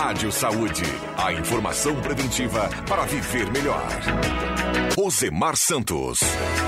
Rádio Saúde. A informação preventiva para viver melhor. Rosemar Santos.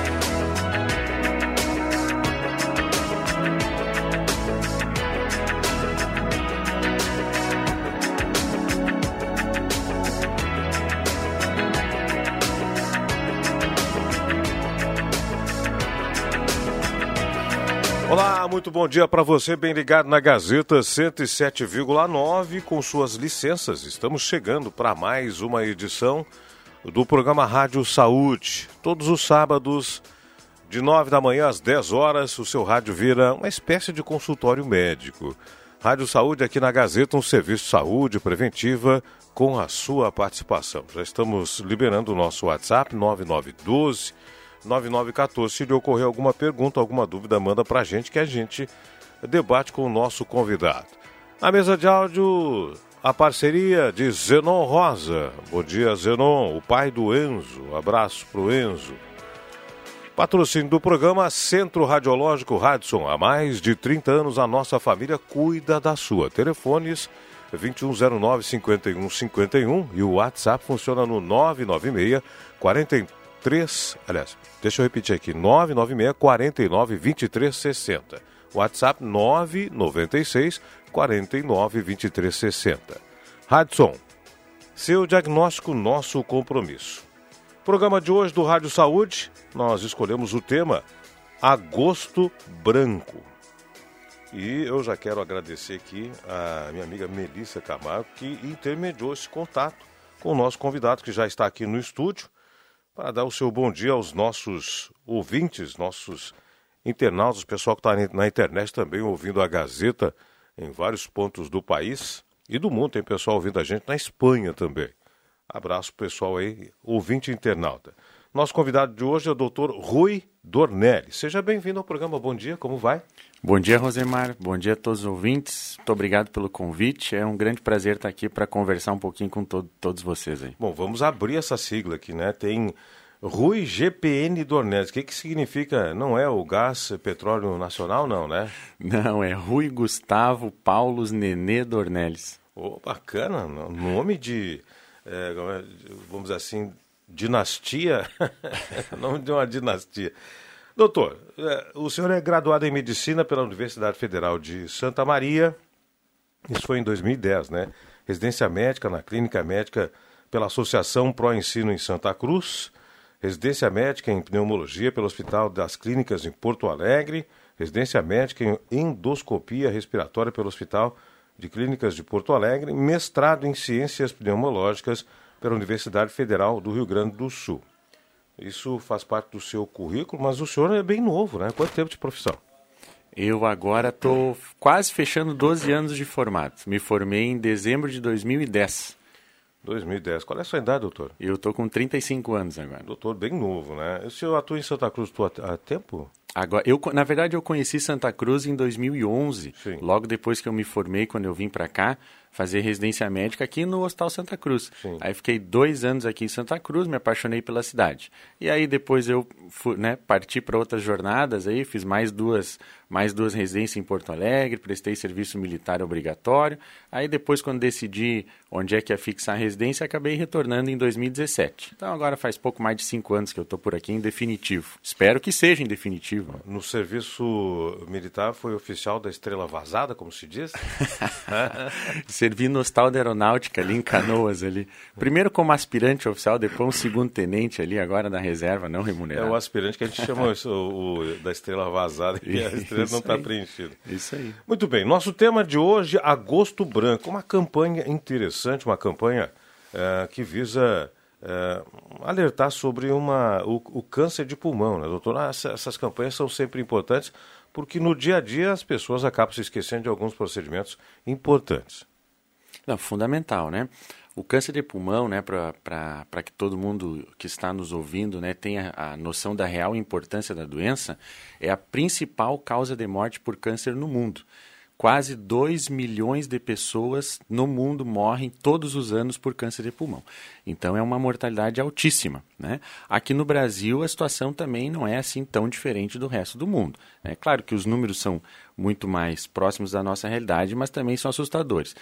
Olá, muito bom dia para você, bem ligado na Gazeta 107,9, com suas licenças. Estamos chegando para mais uma edição do programa Rádio Saúde. Todos os sábados, de 9 da manhã às 10 horas, o seu rádio vira uma espécie de consultório médico. Rádio Saúde aqui na Gazeta, um serviço de saúde preventiva com a sua participação. Já estamos liberando o nosso WhatsApp, 9914. Se lhe ocorrer alguma pergunta, alguma dúvida, manda pra gente que a gente debate com o nosso convidado. Na mesa de áudio, a parceria de Zenon Rosa. Bom dia, Zenon, o pai do Enzo. Abraço pro Enzo. Patrocínio do programa Centro Radiológico Radisson. Há mais de 30 anos a nossa família cuida da sua. Telefones 2109-5151 e o WhatsApp funciona no deixa eu repetir aqui, 996-49-2360. WhatsApp 996-49-2360. Radisson, seu diagnóstico, nosso compromisso. Programa de hoje do Rádio Saúde, nós escolhemos o tema Agosto Branco. E eu já quero agradecer aqui a minha amiga Melissa Camargo, que intermediou esse contato com o nosso convidado, que já está aqui no estúdio, para dar o seu bom dia aos nossos ouvintes, nossos internautas, o pessoal que está na internet também ouvindo a Gazeta em vários pontos do país e do mundo. Tem pessoal ouvindo a gente na Espanha também. Abraço pessoal aí, ouvinte internauta. Nosso convidado de hoje é o Dr. Rui Dornelles. Seja bem-vindo ao programa. Bom dia, como vai? Bom dia, Rosemar. Bom dia a todos os ouvintes. Muito obrigado pelo convite. É um grande prazer estar aqui para conversar um pouquinho com todos vocês aí. Bom, vamos abrir essa sigla aqui, né? Tem Rui GPN Dornelles. O que significa? Não é o Gás Petróleo Nacional, não, né? Não, é Rui Gustavo Paulos Nenê Dornelles. Oh, bacana. Nome de, vamos dizer assim, dinastia. Nome de uma dinastia. Doutor, o senhor é graduado em Medicina pela Universidade Federal de Santa Maria. Isso foi em 2010, né? Residência médica na Clínica Médica pela Associação Pro Ensino em Santa Cruz. Residência médica em Pneumologia pelo Hospital das Clínicas em Porto Alegre. Residência médica em Endoscopia Respiratória pelo Hospital de Clínicas de Porto Alegre. Mestrado em Ciências Pneumológicas pela Universidade Federal do Rio Grande do Sul. Isso faz parte do seu currículo, mas o senhor é bem novo, né? Quanto tempo de profissão? Eu agora estou quase fechando 12 anos de formado. Me formei em dezembro de 2010. 2010. Qual é a sua idade, doutor? Eu estou com 35 anos agora. Doutor, bem novo, né? O senhor atua em Santa Cruz há tempo? Agora, na verdade, eu conheci Santa Cruz em 2011, Sim. Logo depois que eu me formei, quando eu vim para cá, fazer residência médica aqui no Hospital Santa Cruz. Sim. Aí fiquei 2 anos aqui em Santa Cruz, me apaixonei pela cidade. E aí depois eu parti para outras jornadas, aí fiz mais duas residências em Porto Alegre, prestei serviço militar obrigatório. Aí depois, quando decidi onde é que ia fixar a residência, acabei retornando em 2017. Então agora faz pouco mais de 5 anos que eu estou por aqui em definitivo. Espero que seja em definitivo. No serviço militar foi oficial da Estrela Vazada, como se diz? Servi no Hospital da Aeronáutica, ali em Canoas. Ali. Primeiro como aspirante oficial, depois um segundo tenente ali, agora na reserva, não remunerado. É o aspirante que a gente chama da Estrela Vazada, que a estrela não está preenchida. Isso aí. Muito bem, nosso tema de hoje, Agosto Branco. Uma campanha interessante, uma campanha que visa alertar sobre o câncer de pulmão, né, doutor? Essas campanhas são sempre importantes, porque no dia a dia as pessoas acabam se esquecendo de alguns procedimentos importantes. Não, fundamental, né? O câncer de pulmão, né, para que todo mundo que está nos ouvindo, né, tenha a noção da real importância da doença, é a principal causa de morte por câncer no mundo. Quase 2 milhões de pessoas no mundo morrem todos os anos por câncer de pulmão. Então é uma mortalidade altíssima, né? Aqui no Brasil a situação também não é assim tão diferente do resto do mundo. É claro que os números são muito mais próximos da nossa realidade, mas também são assustadores.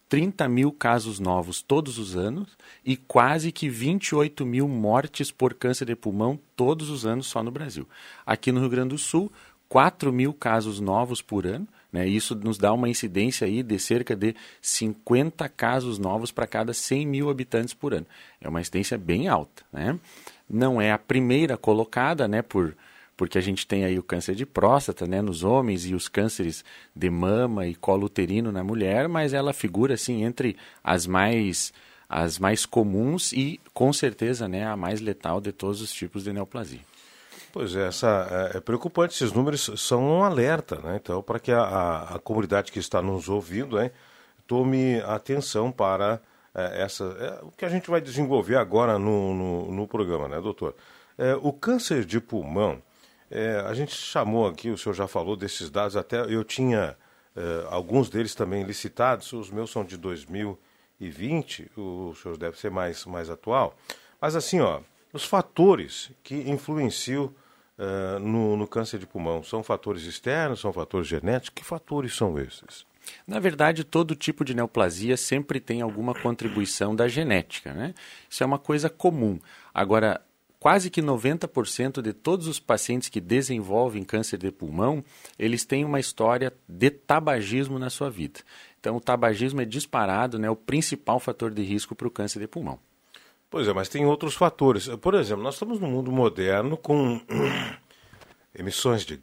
30 mil casos novos todos os anos e quase que 28 mil mortes por câncer de pulmão todos os anos só no Brasil. Aqui no Rio Grande do Sul, 4 mil casos novos por ano, né? Isso nos dá uma incidência aí de cerca de 50 casos novos para cada 100 mil habitantes por ano. É uma incidência bem alta, né? Não é a primeira colocada, né, porque a gente tem aí o câncer de próstata, né, nos homens e os cânceres de mama e colo uterino na mulher, mas ela figura assim entre as mais comuns e com certeza, né, a mais letal de todos os tipos de neoplasia. Pois é, é preocupante, esses números são um alerta, né? Então, para que a comunidade que está nos ouvindo, né, tome atenção para o que a gente vai desenvolver agora no programa, né, doutor? O câncer de pulmão, a gente chamou aqui, o senhor já falou desses dados, até eu tinha alguns deles também licitados, os meus são de 2020, o senhor deve ser mais atual, mas assim, ó, os fatores que influenciam no câncer de pulmão, são fatores externos, são fatores genéticos? Que fatores são esses? Na verdade, todo tipo de neoplasia sempre tem alguma contribuição da genética, né? Isso é uma coisa comum. Agora, quase que 90% de todos os pacientes que desenvolvem câncer de pulmão, eles têm uma história de tabagismo na sua vida. Então, o tabagismo é disparado, né, o principal fator de risco para o câncer de pulmão. Pois é, mas tem outros fatores. Por exemplo, nós estamos num mundo moderno com emissões de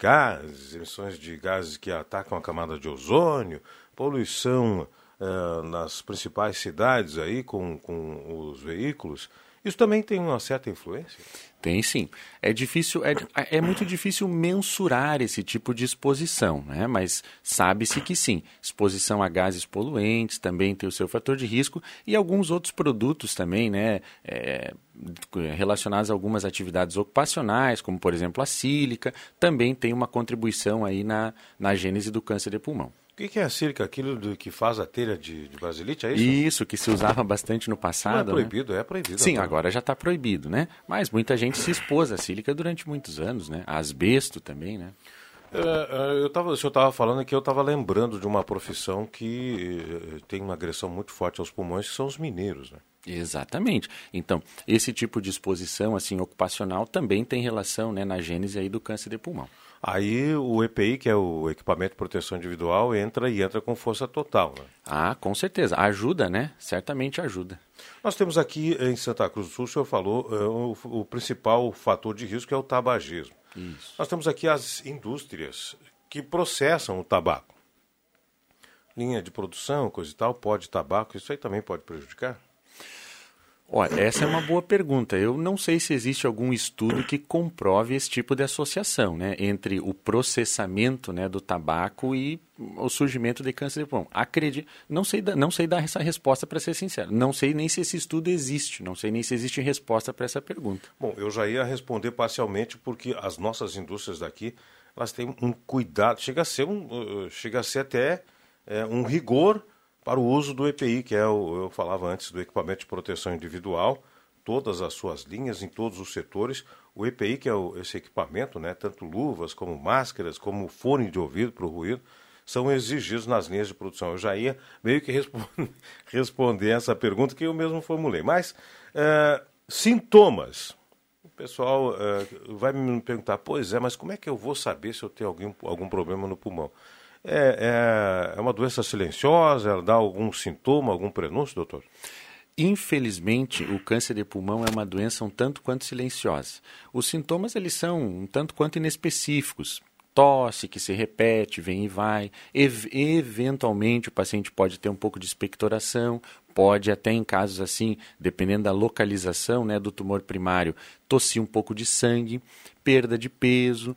gases que atacam a camada de ozônio, poluição nas principais cidades aí com os veículos. Isso também tem uma certa influência? Tem sim. É muito difícil mensurar esse tipo de exposição, né? Mas sabe-se que sim. Exposição a gases poluentes também tem o seu fator de risco e alguns outros produtos também, né? Relacionados a algumas atividades ocupacionais, como por exemplo a sílica, também tem uma contribuição aí na gênese do câncer de pulmão. O que é a sílica? Aquilo que faz a telha de basilite, é isso? Isso, que se usava bastante no passado. Não é proibido, né? É proibido. Sim, agora já está proibido, né? Mas muita gente se expôs à sílica durante muitos anos, né? A asbesto também, né? O senhor estava falando que eu estava lembrando de uma profissão que tem uma agressão muito forte aos pulmões, que são os mineiros, né? Exatamente. Então, esse tipo de exposição assim, ocupacional também tem relação, né, na gênese aí do câncer de pulmão. Aí o EPI, que é o equipamento de proteção individual, entra com força total, né? Ah, com certeza. Ajuda, né? Certamente ajuda. Nós temos aqui em Santa Cruz do Sul, o senhor falou, o principal fator de risco é o tabagismo. Isso. Nós temos aqui as indústrias que processam o tabaco. Linha de produção, coisa e tal, pó de tabaco, isso aí também pode prejudicar? Olha, essa é uma boa pergunta. Eu não sei se existe algum estudo que comprove esse tipo de associação, né, entre o processamento, né, do tabaco e o surgimento de câncer de pulmão. Não sei dar essa resposta, para ser sincero. Não sei nem se esse estudo existe. Não sei nem se existe resposta para essa pergunta. Bom, eu já ia responder parcialmente porque as nossas indústrias daqui, elas têm um cuidado, chega a ser até um rigor para o uso do EPI, que eu falava antes, do equipamento de proteção individual, todas as suas linhas, em todos os setores. O EPI, que é esse equipamento, né, tanto luvas como máscaras, como fone de ouvido para o ruído, são exigidos nas linhas de produção. Eu já ia meio que responder essa pergunta que eu mesmo formulei. Mas, sintomas. O pessoal vai me perguntar, pois é, mas como é que eu vou saber se eu tenho algum problema no pulmão? É uma doença silenciosa? Ela dá algum sintoma, algum prenúncio, doutor? Infelizmente, o câncer de pulmão é uma doença um tanto quanto silenciosa. Os sintomas eles são um tanto quanto inespecíficos. Tosse que se repete, vem e vai. Eventualmente, o paciente pode ter um pouco de expectoração, pode até em casos assim, dependendo da localização, né, do tumor primário, tossir um pouco de sangue, perda de peso,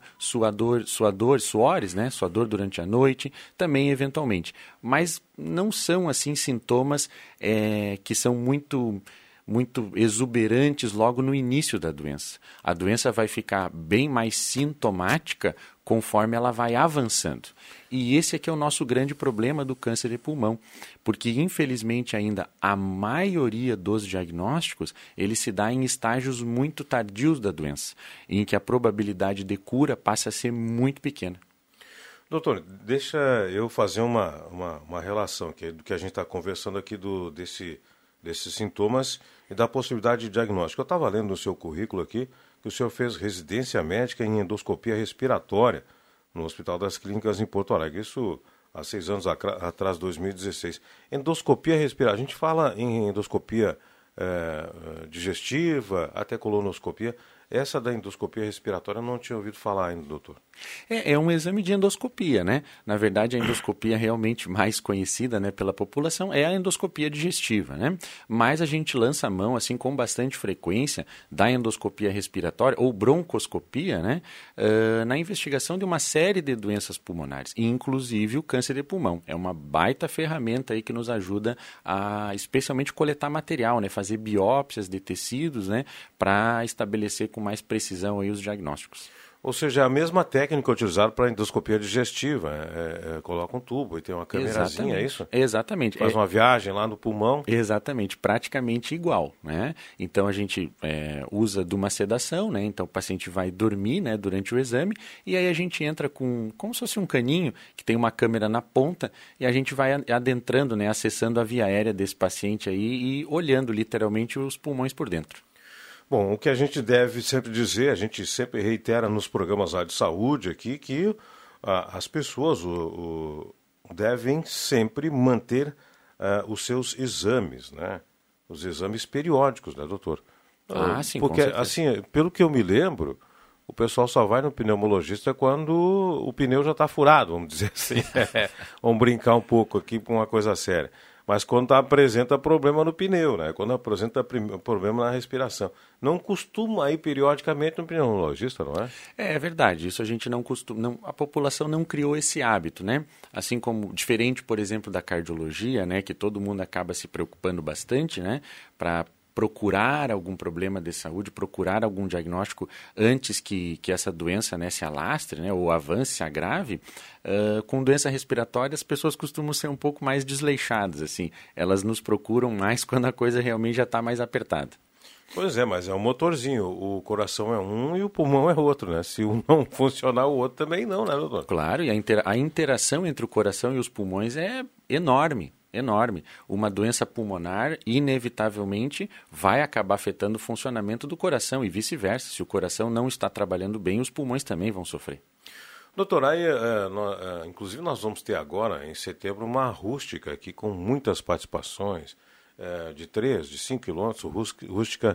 suores, né, suador durante a noite, também eventualmente. Mas não são assim sintomas que são muito exuberantes logo no início da doença. A doença vai ficar bem mais sintomática conforme ela vai avançando. E esse é que é o nosso grande problema do câncer de pulmão, porque infelizmente ainda a maioria dos diagnósticos, ele se dá em estágios muito tardios da doença, em que a probabilidade de cura passa a ser muito pequena. Doutor, deixa eu fazer uma relação aqui, do que a gente está conversando aqui desses sintomas e da possibilidade de diagnóstico. Eu estava lendo no seu currículo aqui que o senhor fez residência médica em endoscopia respiratória no Hospital das Clínicas em Porto Alegre. Isso há 6 anos atrás, 2016. Endoscopia respiratória. A gente fala em endoscopia digestiva, até colonoscopia. Essa da endoscopia respiratória eu não tinha ouvido falar ainda, doutor. É um exame de endoscopia, né? Na verdade, a endoscopia realmente mais conhecida, né, pela população é a endoscopia digestiva, né? Mas a gente lança a mão, assim, com bastante frequência da endoscopia respiratória ou broncoscopia, né? Na investigação de uma série de doenças pulmonares, inclusive o câncer de pulmão. É uma baita ferramenta aí que nos ajuda a, especialmente, coletar material, né? Fazer biópsias de tecidos, né? Para estabelecer com mais precisão aí os diagnósticos. Ou seja, é a mesma técnica utilizada para a endoscopia digestiva. Coloca um tubo e tem uma câmerazinha, é isso? Exatamente. Faz uma viagem lá no pulmão. Exatamente, praticamente igual, né? Então a gente usa de uma sedação, né? Então o paciente vai dormir, né, durante o exame e aí a gente entra com como se fosse um caninho que tem uma câmera na ponta e a gente vai adentrando, né, acessando a via aérea desse paciente aí e olhando literalmente os pulmões por dentro. Bom, o que a gente deve sempre dizer, a gente sempre reitera nos programas lá de saúde aqui, que as pessoas devem sempre manter os seus exames, né? Os exames periódicos, né, doutor? Sim, porque, assim, pelo que eu me lembro, o pessoal só vai no pneumologista quando o pneu já está furado, vamos dizer assim. Vamos brincar um pouco aqui com uma coisa séria. Mas quando apresenta problema no pneu, né? Quando apresenta problema na respiração. Não costuma ir periodicamente no pneumologista, não é? É verdade, isso a gente não costuma, a população não criou esse hábito, né? Assim como, diferente, por exemplo, da cardiologia, né? Que todo mundo acaba se preocupando bastante, né? Para procurar algum problema de saúde, procurar algum diagnóstico antes que essa doença, né, se alastre, né, ou avance, se agrave. Com doença respiratória, as pessoas costumam ser um pouco mais desleixadas, assim. Elas nos procuram mais quando a coisa realmente já está mais apertada. Pois é, mas é um motorzinho. O coração é um e o pulmão é outro, né? Se um não funcionar, o outro também não, né, doutor? Claro, e a interação entre o coração e os pulmões é enorme. Enorme. Uma doença pulmonar, inevitavelmente, vai acabar afetando o funcionamento do coração e vice-versa. Se o coração não está trabalhando bem, os pulmões também vão sofrer. Doutor, aí, inclusive nós vamos ter agora, em setembro, uma rústica aqui com muitas participações, de 3, de 5 quilômetros, rústica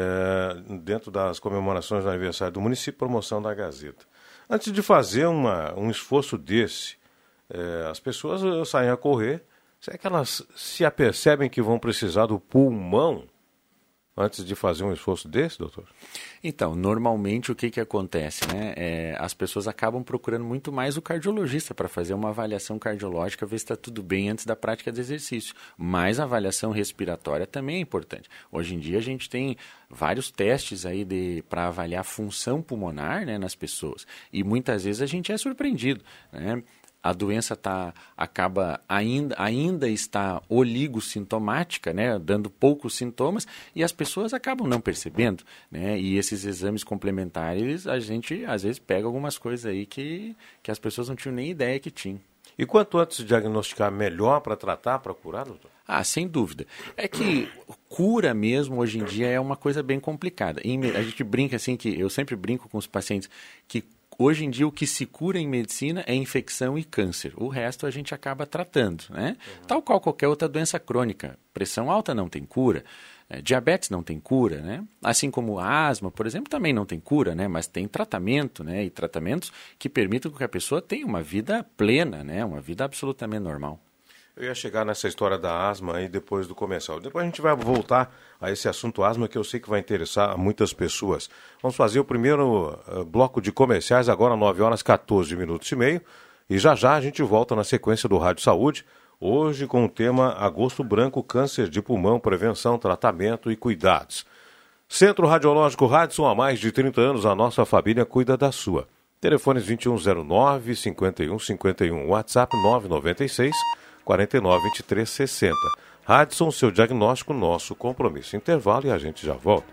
dentro das comemorações do aniversário do município, promoção da Gazeta. Antes de fazer um esforço desse, as pessoas saem a correr. Será que elas se apercebem que vão precisar do pulmão antes de fazer um esforço desse, doutor? Então, normalmente o que acontece, né? As pessoas acabam procurando muito mais o cardiologista para fazer uma avaliação cardiológica, ver se está tudo bem antes da prática de exercício. Mas a avaliação respiratória também é importante. Hoje em dia a gente tem vários testes aí para avaliar a função pulmonar, né, nas pessoas. E muitas vezes a gente é surpreendido, né? A doença ainda está oligossintomática, né, dando poucos sintomas, e as pessoas acabam não percebendo, né, e esses exames complementares, a gente às vezes pega algumas coisas aí que as pessoas não tinham nem ideia que tinham. E quanto antes de diagnosticar, melhor para tratar, para curar, doutor? Sem dúvida. É que cura mesmo, hoje em dia, é uma coisa bem complicada. A gente brinca assim, que eu sempre brinco com os pacientes, que hoje em dia o que se cura em medicina é infecção e câncer. O resto a gente acaba tratando, né? Tal qual qualquer outra doença crônica. Pressão alta não tem cura. Diabetes não tem cura, né? Assim como a asma, por exemplo, também não tem cura, né? Mas tem tratamento, né? E tratamentos que permitam que a pessoa tenha uma vida plena, né? Uma vida absolutamente normal. Eu ia chegar nessa história da asma aí depois do comercial. Depois a gente vai voltar a esse assunto asma que eu sei que vai interessar muitas pessoas. Vamos fazer o primeiro bloco de comerciais agora, 9h14:30. E já a gente volta na sequência do Rádio Saúde. Hoje com o tema Agosto Branco, câncer de pulmão, prevenção, tratamento e cuidados. Centro Radiológico Radisson, há mais de 30 anos, a nossa família cuida da sua. Telefones 2109-5151, WhatsApp 996-492360. Radisson, seu diagnóstico, nosso compromisso. Intervalo e a gente já volta.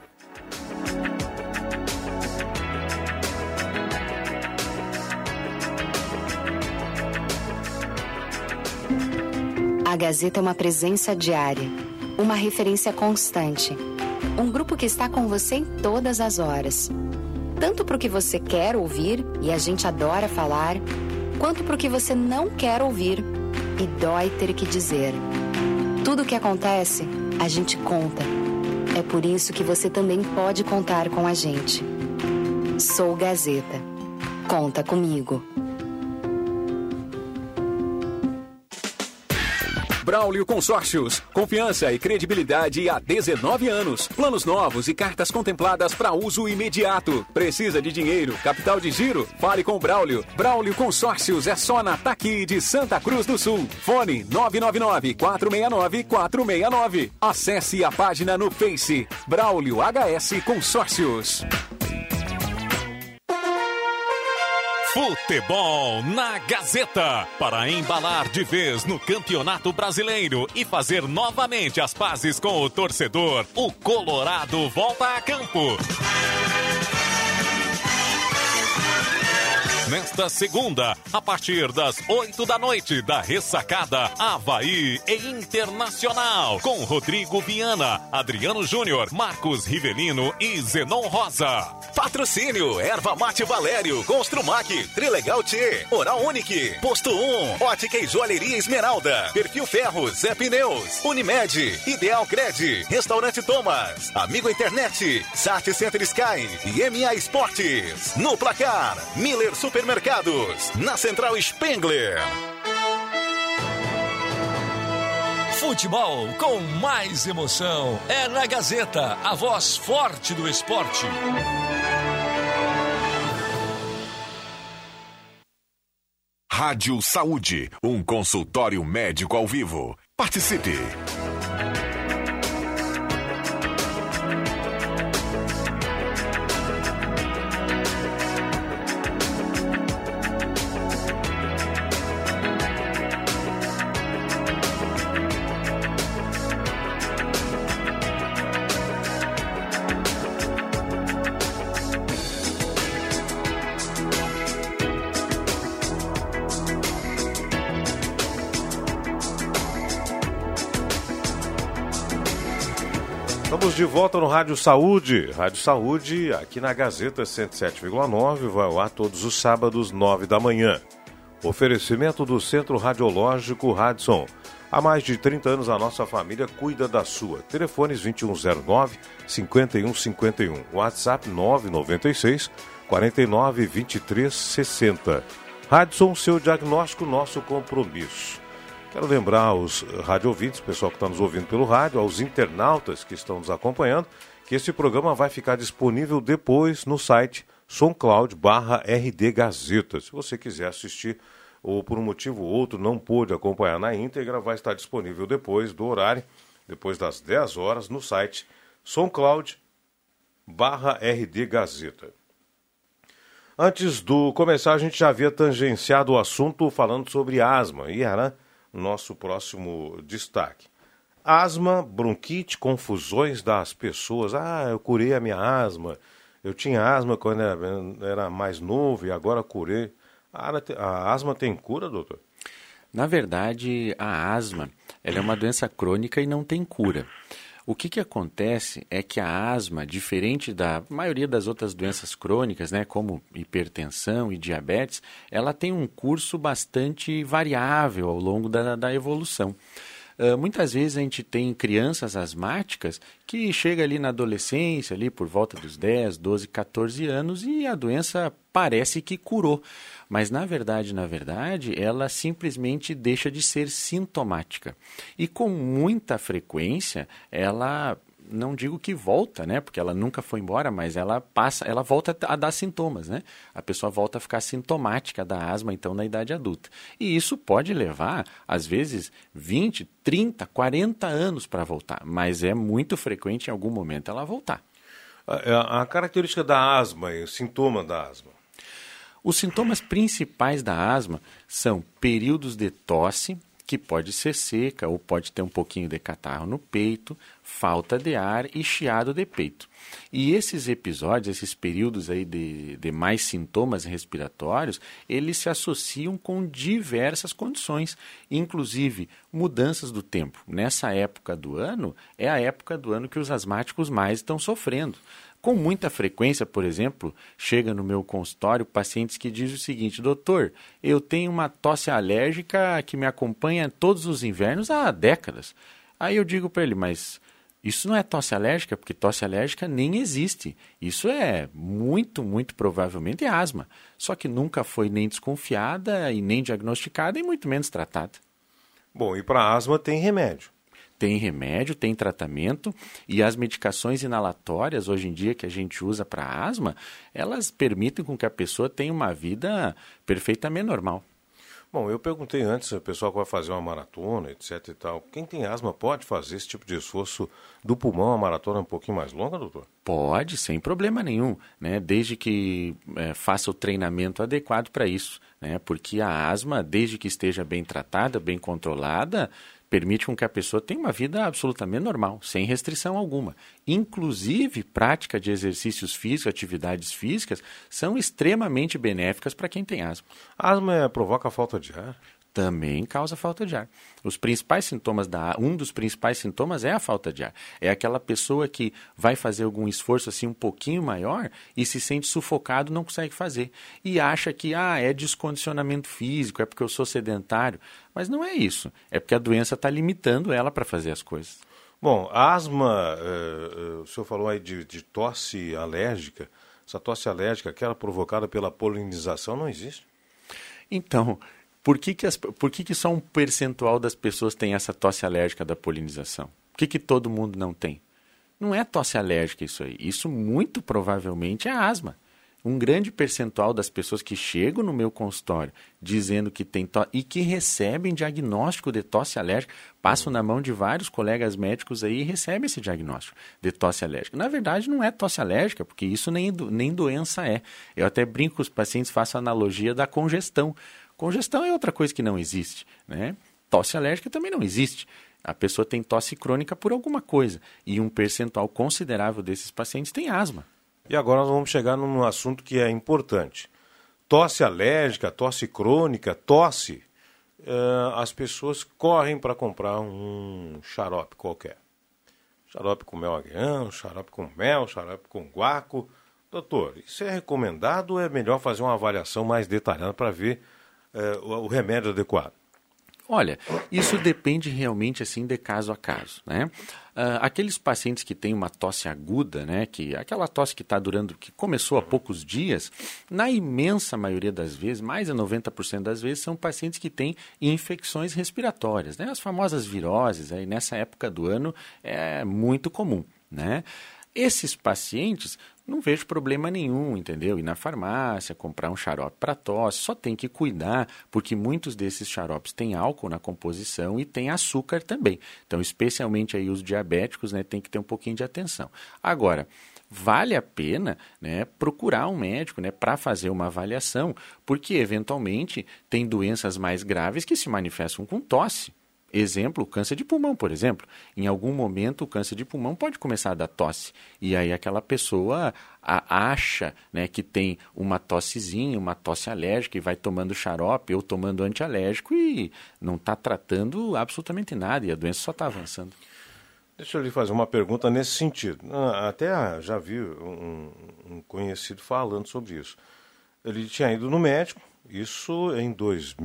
A Gazeta é uma presença diária, uma referência constante. Um grupo que está com você em todas as horas. Tanto para o que você quer ouvir, e a gente adora falar, quanto para o que você não quer ouvir, e dói ter que dizer. Tudo o que acontece, a gente conta. É por isso que você também pode contar com a gente. Sou Gazeta. Conta comigo. Braulio Consórcios. Confiança e credibilidade há 19 anos. Planos novos e cartas contempladas para uso imediato. Precisa de dinheiro, capital de giro? Fale com Braulio. Braulio Consórcios é só na Taqui de Santa Cruz do Sul. Fone 999-469-469. Acesse a página no Face. Braulio HS Consórcios. Futebol na Gazeta, para embalar de vez no Campeonato Brasileiro e fazer novamente as pazes com o torcedor. O Colorado volta a campo. Nesta segunda, a partir das 8 da noite, da ressacada Avaí e Internacional, com Rodrigo Viana, Adriano Júnior, Marcos Rivelino e Zenon Rosa. Patrocínio, Erva Mate Valério, Construmac, Trilegal T, Oral Unique, Posto 1, Ótica e Joalheria Esmeralda, Perfil Ferros, Zé Pneus, Unimed, Ideal Cred, Restaurante Thomas, Amigo Internet, Sat Center Sky e MA Esportes. No placar, Miller Supermercados, na Central Spengler. Futebol com mais emoção é na Gazeta, a voz forte do esporte. Rádio Saúde, um consultório médico ao vivo. Participe! Estamos de volta no Rádio Saúde. Rádio Saúde, aqui na Gazeta 107,9, vai ao ar todos os sábados, 9 da manhã. Oferecimento do Centro Radiológico Radisson. Há mais de 30 anos a nossa família cuida da sua. Telefones 2109-5151. WhatsApp 996 49 23 60. Radisson, seu diagnóstico, nosso compromisso. Quero lembrar aos radioouvintes, o pessoal que está nos ouvindo pelo rádio, aos internautas que estão nos acompanhando, que esse programa vai ficar disponível depois no site SoundCloud/RD Gazeta. Se você quiser assistir ou por um motivo ou outro não pôde acompanhar na íntegra, vai estar disponível depois do horário, depois das 10 horas, no site SoundCloud/RD Gazeta. Antes do começar, a gente já havia tangenciado o assunto falando sobre asma, e era nosso próximo destaque. Asma, bronquite, confusões das pessoas. Eu curei a minha asma. Eu tinha asma quando era mais novo e agora curei. A asma tem cura, doutor? Na verdade, a asma ela é uma doença crônica e não tem cura. O que acontece é que a asma, diferente da maioria das outras doenças crônicas, né, como hipertensão e diabetes, ela tem um curso bastante variável ao longo da evolução. Muitas vezes a gente tem crianças asmáticas que chega ali na adolescência, ali por volta dos 10, 12, 14 anos e a doença parece que curou. Mas na verdade, ela simplesmente deixa de ser sintomática. E com muita frequência, ela, não digo que volta, né? Porque ela nunca foi embora, mas ela volta a dar sintomas, né? A pessoa volta a ficar sintomática da asma, então, na idade adulta. E isso pode levar, às vezes, 20, 30, 40 anos para voltar. Mas é muito frequente em algum momento ela voltar. A característica da asma e o sintoma da asma? Os sintomas principais da asma são períodos de tosse, que pode ser seca ou pode ter um pouquinho de catarro no peito, falta de ar e chiado de peito. E esses episódios, esses períodos aí de mais sintomas respiratórios, eles se associam com diversas condições, inclusive mudanças do tempo. Nessa época do ano, é a época do ano que os asmáticos mais estão sofrendo. Com muita frequência, por exemplo, chega no meu consultório pacientes que dizem o seguinte: doutor, eu tenho uma tosse alérgica que me acompanha todos os invernos há décadas. Aí eu digo para ele, mas isso não é tosse alérgica, porque tosse alérgica nem existe. Isso é muito provavelmente asma. Só que nunca foi nem desconfiada e nem diagnosticada e muito menos tratada. Bom, e para asma tem remédio? Tem remédio, tem tratamento, e as medicações inalatórias, hoje em dia, que a gente usa para asma, elas permitem com que a pessoa tenha uma vida perfeitamente normal. Bom, eu perguntei antes, o pessoal que vai fazer uma maratona, etc e tal, quem tem asma pode fazer esse tipo de esforço do pulmão, uma maratona um pouquinho mais longa, doutor? Pode, sem problema nenhum, né? Desde que faça o treinamento adequado para isso, né? Porque a asma, desde que esteja bem tratada, bem controlada, permite com que a pessoa tenha uma vida absolutamente normal, sem restrição alguma. Inclusive, prática de exercícios físicos, atividades físicas, são extremamente benéficas para quem tem asma. A asma provoca falta de ar? Também causa falta de ar. Os principais sintomas um dos principais sintomas é a falta de ar. É aquela pessoa que vai fazer algum esforço assim um pouquinho maior e se sente sufocado, não consegue fazer. E acha que é descondicionamento físico, é porque eu sou sedentário. Mas não é isso. É porque a doença está limitando ela para fazer as coisas. Bom, a asma, o senhor falou aí de tosse alérgica. Essa tosse alérgica, aquela provocada pela polinização, não existe? Então, por que só um percentual das pessoas tem essa tosse alérgica da polinização? Por que todo mundo não tem? Não é tosse alérgica isso aí. Isso muito provavelmente é asma. Um grande percentual das pessoas que chegam no meu consultório dizendo que tem tosse e que recebem diagnóstico de tosse alérgica, passam na mão de vários colegas médicos aí e recebem esse diagnóstico de tosse alérgica. Na verdade, não é tosse alérgica, porque isso nem doença é. Eu até brinco com os pacientes, faço a analogia da congestão. Congestão é outra coisa que não existe, né? Tosse alérgica também não existe. A pessoa tem tosse crônica por alguma coisa e um percentual considerável desses pacientes tem asma. E agora nós vamos chegar num assunto que é importante. Tosse alérgica, tosse crônica, tosse. As pessoas correm para comprar um xarope qualquer. Xarope com mel agrião, xarope com mel, xarope com guaco. Doutor, isso é recomendado ou é melhor fazer uma avaliação mais detalhada para ver o remédio adequado? Olha, isso depende realmente assim de caso a caso, né? Aqueles pacientes que têm uma tosse aguda, né, que aquela tosse que está durando, que começou há poucos dias, na imensa maioria das vezes, mais de 90% das vezes, são pacientes que têm infecções respiratórias, né? As famosas viroses, aí nessa época do ano é muito comum, né? Esses pacientes, não vejo problema nenhum, entendeu? Ir na farmácia, comprar um xarope para tosse, só tem que cuidar, porque muitos desses xaropes têm álcool na composição e tem açúcar também. Então, especialmente aí os diabéticos, né, tem que ter um pouquinho de atenção. Agora, vale a pena, né, procurar um médico, né, para fazer uma avaliação, porque eventualmente tem doenças mais graves que se manifestam com tosse. Exemplo, o câncer de pulmão, por exemplo. Em algum momento, o câncer de pulmão pode começar a dar tosse. E aí aquela pessoa acha, né, que tem uma tossezinha, uma tosse alérgica e vai tomando xarope ou tomando antialérgico e não está tratando absolutamente nada e a doença só está avançando. Deixa eu lhe fazer uma pergunta nesse sentido. Até já vi um conhecido falando sobre isso. Ele tinha ido no médico, isso em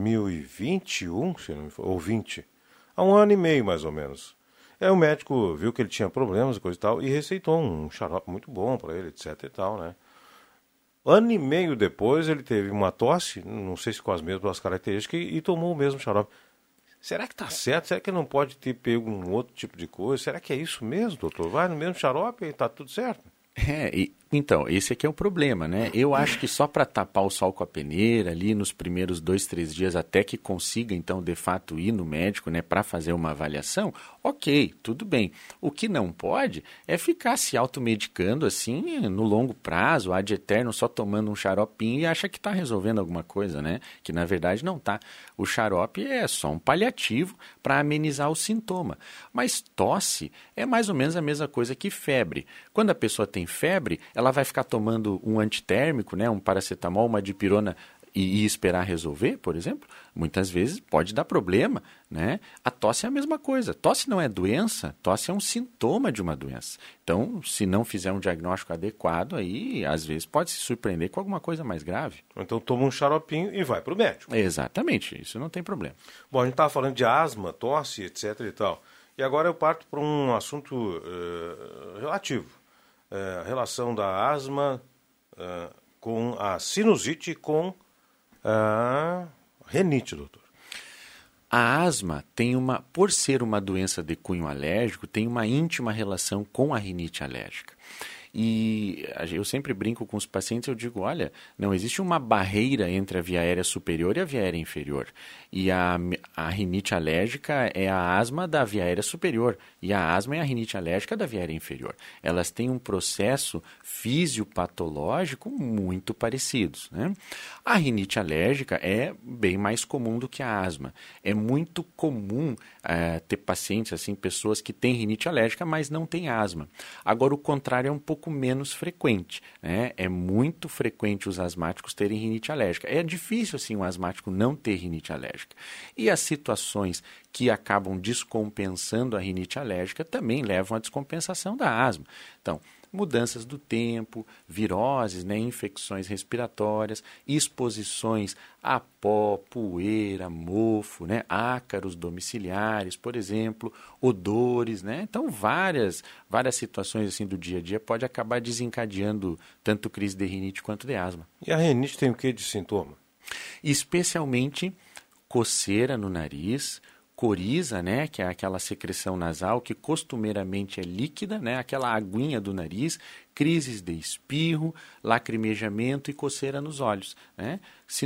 2021, se não me for, ou 20, há um ano e meio mais ou menos. Aí o médico viu que ele tinha problemas e coisa e tal e receitou um xarope muito bom para ele, etc e tal, né? Ano e meio depois ele teve uma tosse, não sei se com as mesmas características, e tomou o mesmo xarope. Será que está certo? Será que ele não pode ter pego um outro tipo de coisa? Será que é isso mesmo, doutor? Vai no mesmo xarope e está tudo certo? E Então, esse aqui é o problema, né? Eu acho que só para tapar o sol com a peneira ali nos primeiros 2, 3 dias, até que consiga, então, de fato, ir no médico, né, para fazer uma avaliação, ok, tudo bem. O que não pode é ficar se automedicando assim, no longo prazo, ad eterno, só tomando um xaropinho e acha que está resolvendo alguma coisa, né? Que, na verdade, não está. O xarope é só um paliativo para amenizar o sintoma. Mas tosse é mais ou menos a mesma coisa que febre. Quando a pessoa tem febre, ela vai ficar tomando um antitérmico, né, um paracetamol, uma dipirona e esperar resolver, por exemplo? Muitas vezes pode dar problema, né? A tosse é a mesma coisa. Tosse não é doença, tosse é um sintoma de uma doença. Então, se não fizer um diagnóstico adequado, aí às vezes pode se surpreender com alguma coisa mais grave. Então toma um xaropinho e vai para o médico. Exatamente, isso não tem problema. Bom, a gente estava falando de asma, tosse, etc. e tal. E agora eu parto para um assunto relativo. A relação da asma com a sinusite e com a rinite, doutor. A asma tem por ser uma doença de cunho alérgico, tem uma íntima relação com a rinite alérgica. E eu sempre brinco com os pacientes, eu digo, olha, não existe uma barreira entre a via aérea superior e a via aérea inferior. E a rinite alérgica é a asma da via aérea superior e a asma é a rinite alérgica da via aérea inferior. Elas têm um processo fisiopatológico muito parecidos, né? A rinite alérgica é bem mais comum do que a asma. É muito comum ter pacientes, assim, pessoas que têm rinite alérgica, mas não têm asma. Agora, o contrário é um pouco menos frequente, né? É muito frequente os asmáticos terem rinite alérgica. É difícil, assim, um asmático não ter rinite alérgica. E as situações que acabam descompensando a rinite alérgica também levam à descompensação da asma. Então, mudanças do tempo, viroses, né, infecções respiratórias, exposições a pó, poeira, mofo, né, ácaros domiciliares, por exemplo, odores, né? Então, várias situações assim do dia a dia pode acabar desencadeando tanto crise de rinite quanto de asma. E a rinite tem o que de sintoma? Especialmente coceira no nariz, coriza, né, que é aquela secreção nasal que costumeiramente é líquida, né, aquela aguinha do nariz, crises de espirro, lacrimejamento e coceira nos olhos, né?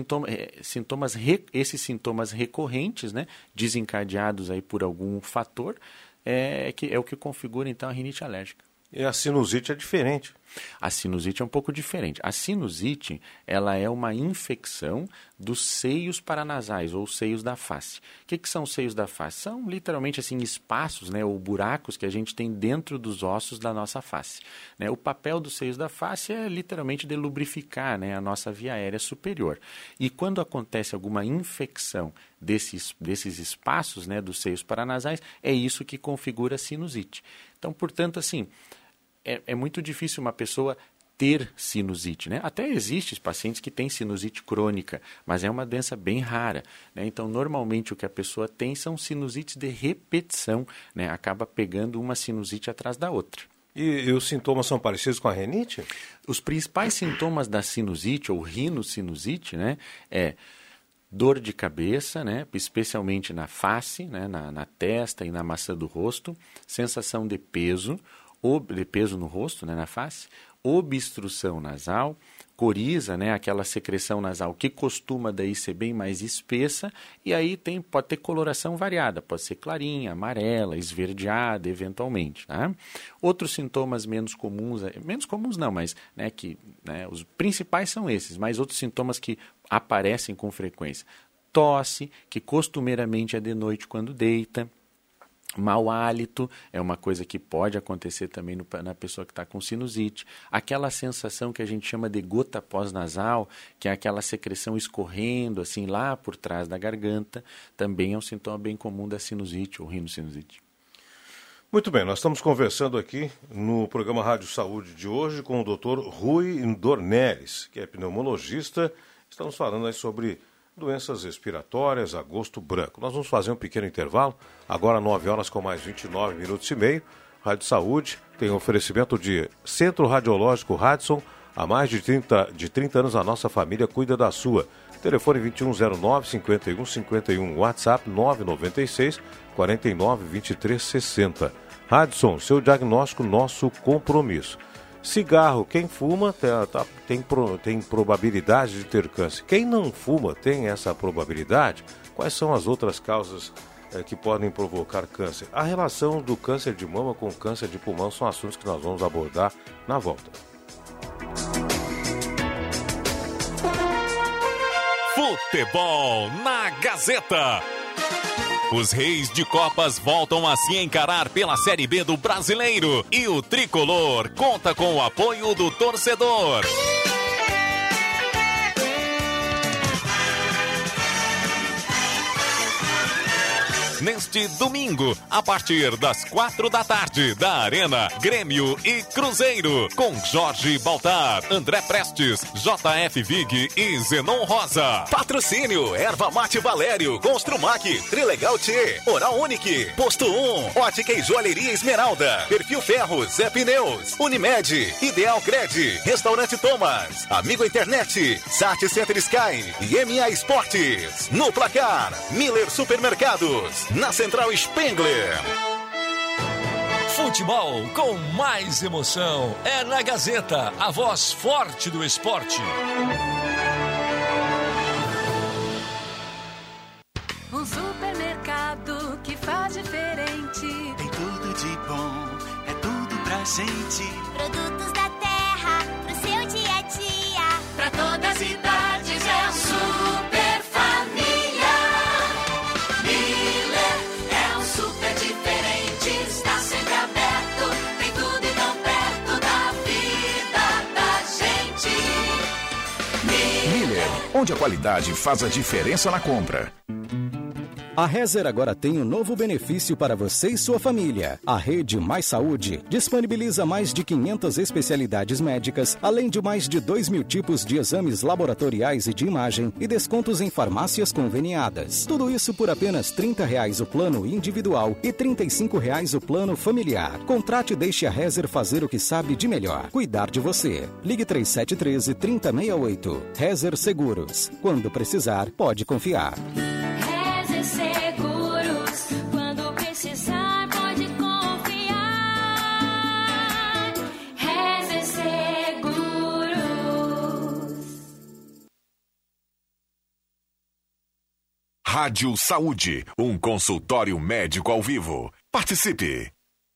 Esses sintomas recorrentes, né, desencadeados aí por algum fator, é o que configura então a rinite alérgica. E a sinusite é diferente. A sinusite é um pouco diferente. A sinusite, ela é uma infecção dos seios paranasais, ou seios da face. O que são os seios da face? São literalmente assim, espaços, né, ou buracos que a gente tem dentro dos ossos da nossa face. Né? O papel dos seios da face é literalmente de lubrificar, né, a nossa via aérea superior. E quando acontece alguma infecção desses espaços, né, dos seios paranasais, é isso que configura a sinusite. Então, portanto, assim, é muito difícil uma pessoa ter sinusite, né? Até existem pacientes que têm sinusite crônica, mas é uma doença bem rara, né? Então, normalmente o que a pessoa tem são sinusites de repetição, né? Acaba pegando uma sinusite atrás da outra. E os sintomas são parecidos com a rinite? Os principais sintomas da sinusite ou rinocinusite, né, é dor de cabeça, né, especialmente na face, né, na testa e na maçã do rosto, sensação de peso no rosto, né, na face, obstrução nasal, coriza, né, aquela secreção nasal que costuma daí ser bem mais espessa, e aí pode ter coloração variada, pode ser clarinha, amarela, esverdeada, eventualmente. Tá? Outros sintomas menos comuns não, mas né, os principais são esses, mas outros sintomas que aparecem com frequência. Tosse, que costumeiramente é de noite quando deita. Mau hálito é uma coisa que pode acontecer também na pessoa que está com sinusite. Aquela sensação que a gente chama de gota pós-nasal, que é aquela secreção escorrendo assim lá por trás da garganta, também é um sintoma bem comum da sinusite ou rinocinusite. Muito bem, nós estamos conversando aqui no programa Rádio Saúde de hoje com o Dr. Rui Dornelles, que é pneumologista. Estamos falando aí sobre doenças respiratórias, agosto branco. Nós vamos fazer um pequeno intervalo, agora 9 horas com mais 29 minutos e meio. Rádio Saúde tem oferecimento de Centro Radiológico Radisson. Há mais de 30 anos a nossa família cuida da sua. Telefone 2109-5151, WhatsApp 996-49-2360. Radisson, seu diagnóstico, nosso compromisso. Cigarro, quem fuma tem probabilidade de ter câncer. Quem não fuma tem essa probabilidade? Quais são as outras causas que podem provocar câncer? A relação do câncer de mama com o câncer de pulmão são assuntos que nós vamos abordar na volta. Futebol na Gazeta. Os reis de Copas voltam a se encarar pela Série B do Brasileiro e o tricolor conta com o apoio do torcedor. Neste domingo, a partir das 4 da tarde, da Arena, Grêmio e Cruzeiro, com Jorge Baltar, André Prestes, JF Vig e Zenon Rosa. Patrocínio, Erva Mate Valério, Construmac, Trilegal T, Oral Unique, Posto 1, Ótica e Joalheria Esmeralda, Perfil Ferros, Zé Pneus, Unimed, Ideal Cred, Restaurante Thomas, Amigo Internet, Sat Center Sky e MA Esportes. No placar, Miller Supermercados. Na Central Spengler. Futebol com mais emoção é na Gazeta, a voz forte do esporte. Um supermercado que faz diferente. Tem tudo de bom, é tudo pra gente. Produtos da terra, pro seu dia a dia. Pra todas as idades é um super família. Onde a qualidade faz a diferença na compra. A Rezer agora tem um novo benefício para você e sua família. A Rede Mais Saúde disponibiliza mais de 500 especialidades médicas, além de mais de 2.000 tipos de exames laboratoriais e de imagem e descontos em farmácias conveniadas. Tudo isso por apenas R$30 o plano individual e R$35 o plano familiar. Contrate e deixe a Rezer fazer o que sabe de melhor, cuidar de você. Ligue 3713-3068. Rezer Seguros. Quando precisar, pode confiar. Seguros, quando precisar pode confiar. Rezer Seguros. Rádio Saúde, um consultório médico ao vivo. Participe!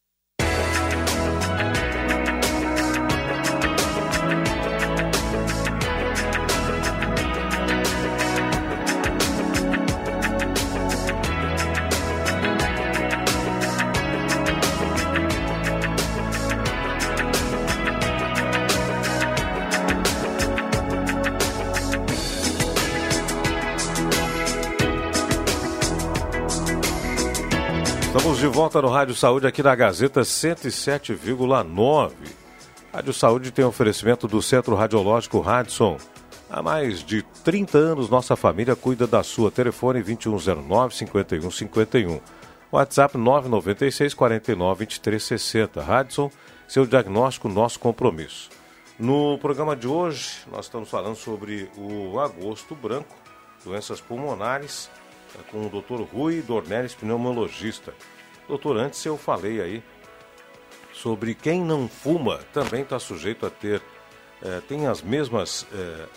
Estamos de volta no Rádio Saúde aqui na Gazeta 107,9. Rádio Saúde tem oferecimento do Centro Radiológico Radisson. Há mais de 30 anos, nossa família cuida da sua. Telefone 2109-5151. WhatsApp 996-49-2360. Radisson, seu diagnóstico, nosso compromisso. No programa de hoje, nós estamos falando sobre o agosto branco, doenças pulmonares, com o Dr. Rui Dornelles, pneumologista. Doutor, antes eu falei aí sobre quem não fuma também está sujeito a ter, tem as mesmas,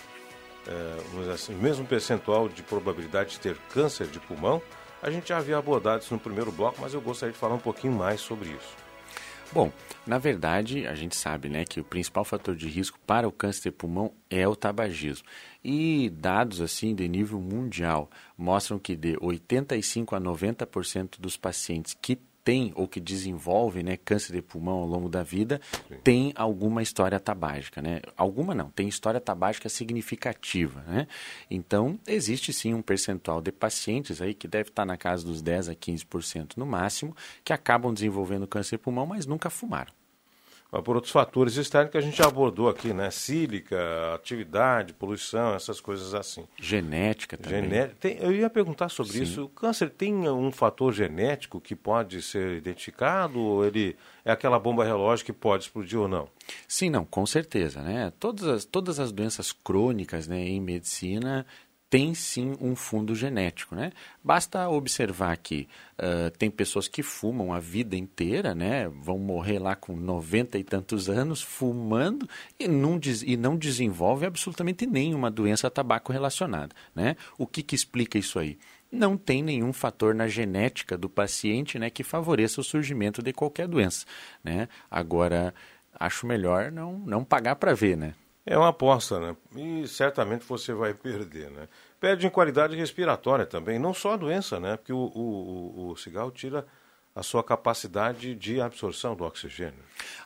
o mesmo percentual de probabilidade de ter câncer de pulmão. A gente já havia abordado isso no primeiro bloco, mas eu gostaria de falar um pouquinho mais sobre isso. Bom, na verdade, a gente sabe, né, que o principal fator de risco para o câncer de pulmão é o tabagismo. E dados assim de nível mundial mostram que de 85% a 90% dos pacientes que têm ou que desenvolvem, né, câncer de pulmão ao longo da vida, tem alguma história tabágica, né? Alguma não, tem história tabágica significativa, né? Então, existe sim um percentual de pacientes aí que deve estar na casa dos 10% a 15% no máximo, que acabam desenvolvendo câncer de pulmão, mas nunca fumaram. Mas por outros fatores externos que a gente já abordou aqui, né? Sílica, atividade, poluição, essas coisas assim. Genética também. Eu ia perguntar sobre isso. O câncer tem um fator genético que pode ser identificado ou ele é aquela bomba relógio que pode explodir ou não? Sim, não, com certeza, né? Todas as doenças crônicas, né, em medicina tem sim um fundo genético, né? Basta observar que tem pessoas que fumam a vida inteira, né? Vão morrer lá com 90 e tantos anos fumando e não desenvolve absolutamente nenhuma doença tabaco relacionada, né? O que explica isso aí? Não tem nenhum fator na genética do paciente, né, que favoreça o surgimento de qualquer doença, né? Agora, acho melhor não pagar para ver, né? É uma aposta, né? E certamente você vai perder, né? Perde em qualidade respiratória também, não só a doença, né? Porque o cigarro tira a sua capacidade de absorção do oxigênio.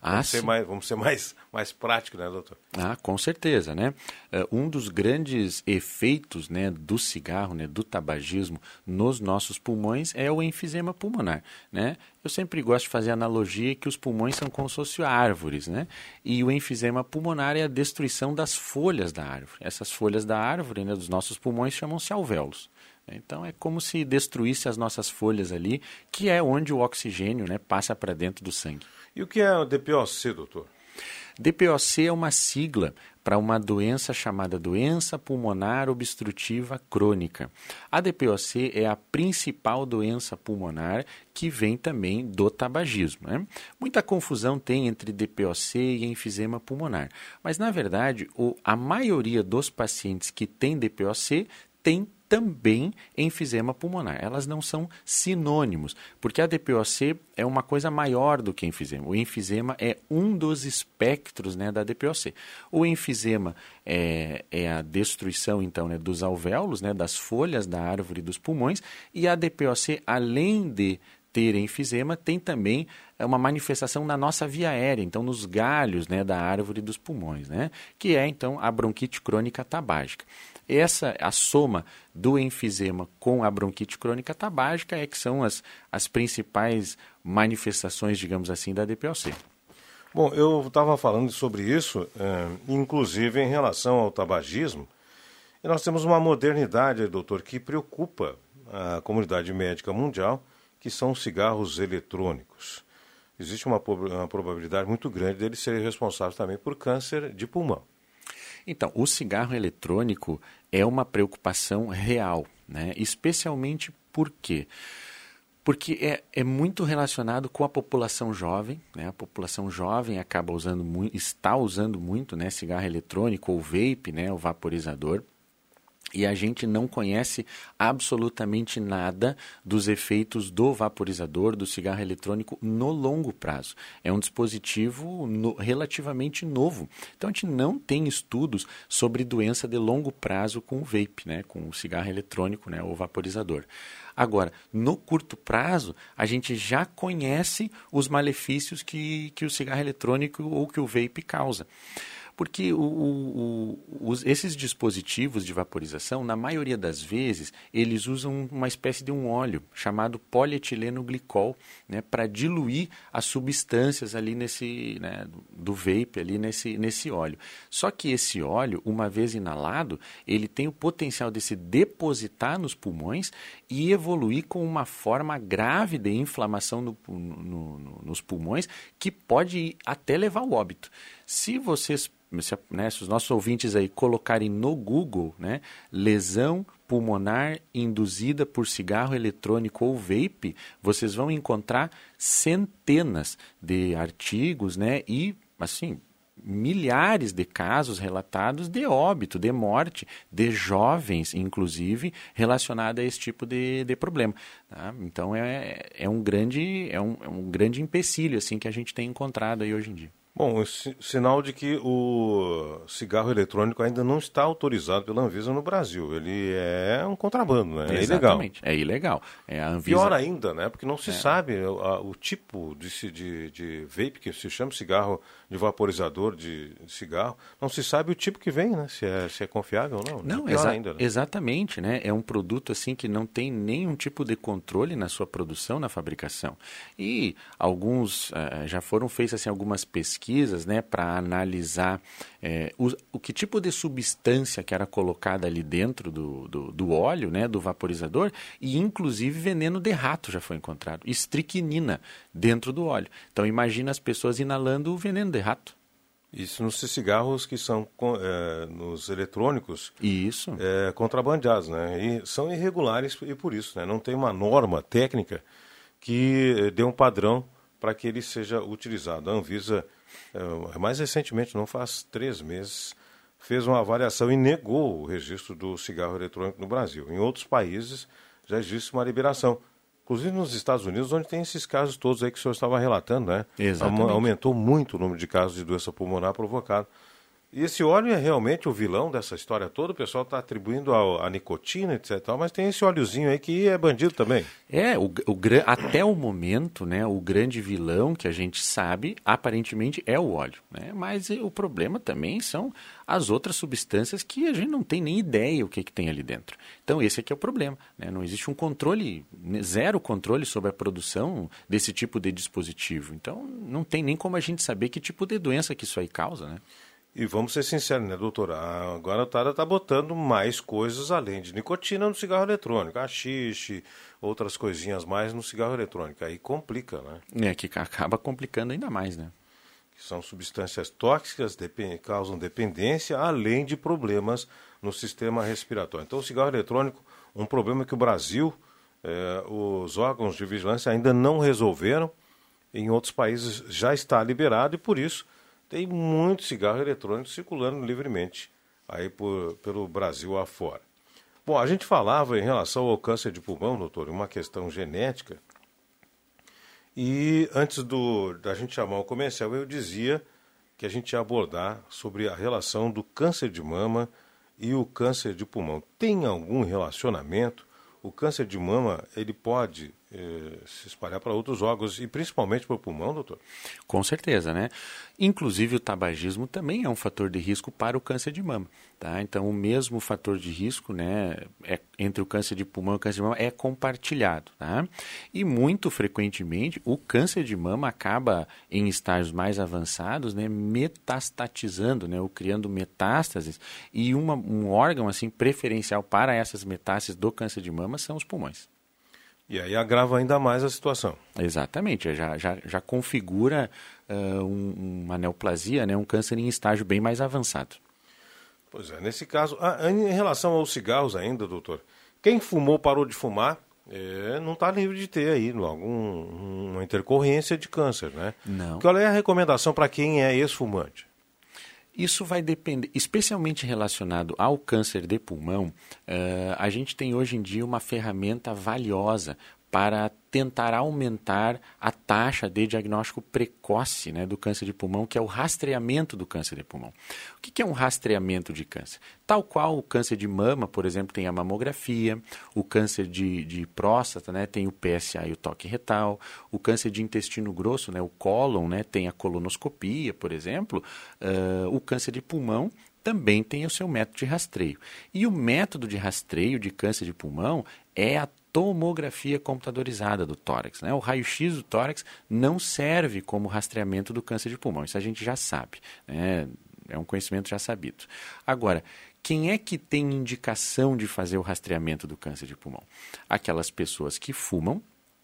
Vamos ser mais práticos, né, doutor? Com certeza, né? Um dos grandes efeitos, né, do cigarro, né, do tabagismo nos nossos pulmões é o enfisema pulmonar, né? Eu sempre gosto de fazer a analogia que os pulmões são como se fossem árvores, né? E o enfisema pulmonar é a destruição das folhas da árvore. Essas folhas da árvore, né, dos nossos pulmões, chamam-se alvéolos. Então é como se destruísse as nossas folhas ali, que é onde o oxigênio, né, passa para dentro do sangue. E o que é o DPOC, doutor? DPOC é uma sigla para uma doença chamada doença pulmonar obstrutiva crônica. A DPOC é a principal doença pulmonar que vem também do tabagismo, né? Muita confusão tem entre DPOC e enfisema pulmonar, mas na verdade a maioria dos pacientes que tem DPOC tem também enfisema pulmonar. Elas não são sinônimos, porque a DPOC é uma coisa maior do que enfisema. O enfisema é um dos espectros, né, da DPOC. O enfisema é a destruição, então, né, dos alvéolos, né, das folhas da árvore dos pulmões, e a DPOC, além de ter enfisema, tem também uma manifestação na nossa via aérea, então nos galhos, né, da árvore dos pulmões, né, que é então a bronquite crônica tabágica. A soma do enfisema com a bronquite crônica tabágica é que são as principais manifestações, digamos assim, da DPOC. Bom, eu estava falando sobre isso, inclusive em relação ao tabagismo, e nós temos uma modernidade, doutor, que preocupa a comunidade médica mundial, que são os cigarros eletrônicos. Existe uma probabilidade muito grande deles serem responsáveis também por câncer de pulmão. Então, o cigarro eletrônico é uma preocupação real, né? Especialmente por quê? Porque é muito relacionado com a população jovem, né? A população jovem está usando muito, né, cigarro eletrônico ou vape, né, o vaporizador. E a gente não conhece absolutamente nada dos efeitos do vaporizador, do cigarro eletrônico no longo prazo. É um dispositivo relativamente novo. Então a gente não tem estudos sobre doença de longo prazo com o vape, né, com o cigarro eletrônico, né, ou vaporizador. Agora, no curto prazo, a gente já conhece os malefícios que o cigarro eletrônico ou que o vape causa. Porque esses dispositivos de vaporização, na maioria das vezes, eles usam uma espécie de um óleo chamado polietileno glicol, né, para diluir as substâncias ali do vape ali nesse óleo. Só que esse óleo, uma vez inalado, ele tem o potencial de se depositar nos pulmões e evoluir com uma forma grave de inflamação nos pulmões, que pode até levar ao óbito. Se os nossos ouvintes aí colocarem no Google, né, lesão pulmonar induzida por cigarro eletrônico ou vape, vocês vão encontrar centenas de artigos, né, e, assim, milhares de casos relatados de óbito, de morte, de jovens, inclusive, relacionado a esse tipo de problema. Tá? Então, é um grande empecilho assim, que a gente tem encontrado aí hoje em dia. Bom, sinal de que o cigarro eletrônico ainda não está autorizado pela Anvisa no Brasil. Ele é um contrabando, né? Exatamente. É ilegal. A Anvisa... Pior ainda, né? Porque não se sabe o tipo de vape, que se chama cigarro de vaporizador de cigarro, não se sabe o tipo que vem, né? Se é confiável ou não. Não, ainda, né? Exatamente, né? É um produto assim que não tem nenhum tipo de controle na sua produção, na fabricação. E já foram feitas assim, algumas pesquisas, né, para analisar o que tipo de substância que era colocada ali dentro do óleo, né, do vaporizador, e inclusive veneno de rato já foi encontrado, estricnina dentro do óleo. Então imagina as pessoas inalando o veneno de rato. Isso nos cigarros que são nos eletrônicos. Isso. Contrabandeados, né? E são irregulares e por isso, né? Não tem uma norma técnica que dê um padrão para que ele seja utilizado. A Anvisa, mais recentemente, não faz 3 meses, fez uma avaliação e negou o registro do cigarro eletrônico no Brasil. Em outros países já existe uma liberação. Inclusive nos Estados Unidos, onde tem esses casos todos aí que o senhor estava relatando, né? Exatamente. Aumentou muito o número de casos de doença pulmonar provocada. E esse óleo é realmente o vilão dessa história toda? O pessoal está atribuindo a nicotina, etc. Mas tem esse óleozinho aí que é bandido também. Até o momento, né, o grande vilão que a gente sabe, aparentemente, é o óleo. Né? Mas o problema também são as outras substâncias que a gente não tem nem ideia o que tem ali dentro. Então, esse aqui é o problema. Né? Não existe um controle, zero controle sobre a produção desse tipo de dispositivo. Então, não tem nem como a gente saber que tipo de doença que isso aí causa, né? E vamos ser sinceros, né, doutora? A garotada está botando mais coisas além de nicotina no cigarro eletrônico. Haxixe, outras coisinhas mais no cigarro eletrônico. Aí complica, né? Que acaba complicando ainda mais, né? Que são substâncias tóxicas, causam dependência, além de problemas no sistema respiratório. Então, o cigarro eletrônico, um problema que o Brasil, os órgãos de vigilância ainda não resolveram. Em outros países já está liberado e, por isso, tem muito cigarro eletrônico circulando livremente aí pelo Brasil afora. Bom, a gente falava em relação ao câncer de pulmão, doutor, uma questão genética. E antes da gente chamar o comercial, eu dizia que a gente ia abordar sobre a relação do câncer de mama e o câncer de pulmão. Tem algum relacionamento? O câncer de mama, ele pode se espalhar para outros órgãos e principalmente para o pulmão, doutor? Com certeza, né? Inclusive o tabagismo também é um fator de risco para o câncer de mama, tá? Então o mesmo fator de risco, né, entre o câncer de pulmão e o câncer de mama é compartilhado, tá? E muito frequentemente o câncer de mama acaba em estágios mais avançados, né, metastatizando, né, ou criando metástases, e um órgão assim preferencial para essas metástases do câncer de mama são os pulmões. E aí agrava ainda mais a situação. Exatamente, já configura uma neoplasia, né, um câncer em estágio bem mais avançado. Pois é, nesse caso, em relação aos cigarros ainda, doutor, quem fumou parou de fumar, não está livre de ter aí logo uma intercorrência de câncer, né? Não. Qual é a recomendação para quem é ex-fumante? Isso vai depender, especialmente relacionado ao câncer de pulmão, a gente tem hoje em dia uma ferramenta valiosa para tentar aumentar a taxa de diagnóstico precoce, né, do câncer de pulmão, que é o rastreamento do câncer de pulmão. O que é um rastreamento de câncer? Tal qual o câncer de mama, por exemplo, tem a mamografia, o câncer de próstata, né, tem o PSA e o toque retal, o câncer de intestino grosso, né, o cólon, né, tem a colonoscopia, por exemplo, o câncer de pulmão também tem o seu método de rastreio. E o método de rastreio de câncer de pulmão é a tomografia computadorizada do tórax, né? O raio-x do tórax não serve como rastreamento do câncer de pulmão, isso a gente já sabe, né? É um conhecimento já sabido. Agora, quem é que tem indicação de fazer o rastreamento do câncer de pulmão? Aquelas pessoas que fumam,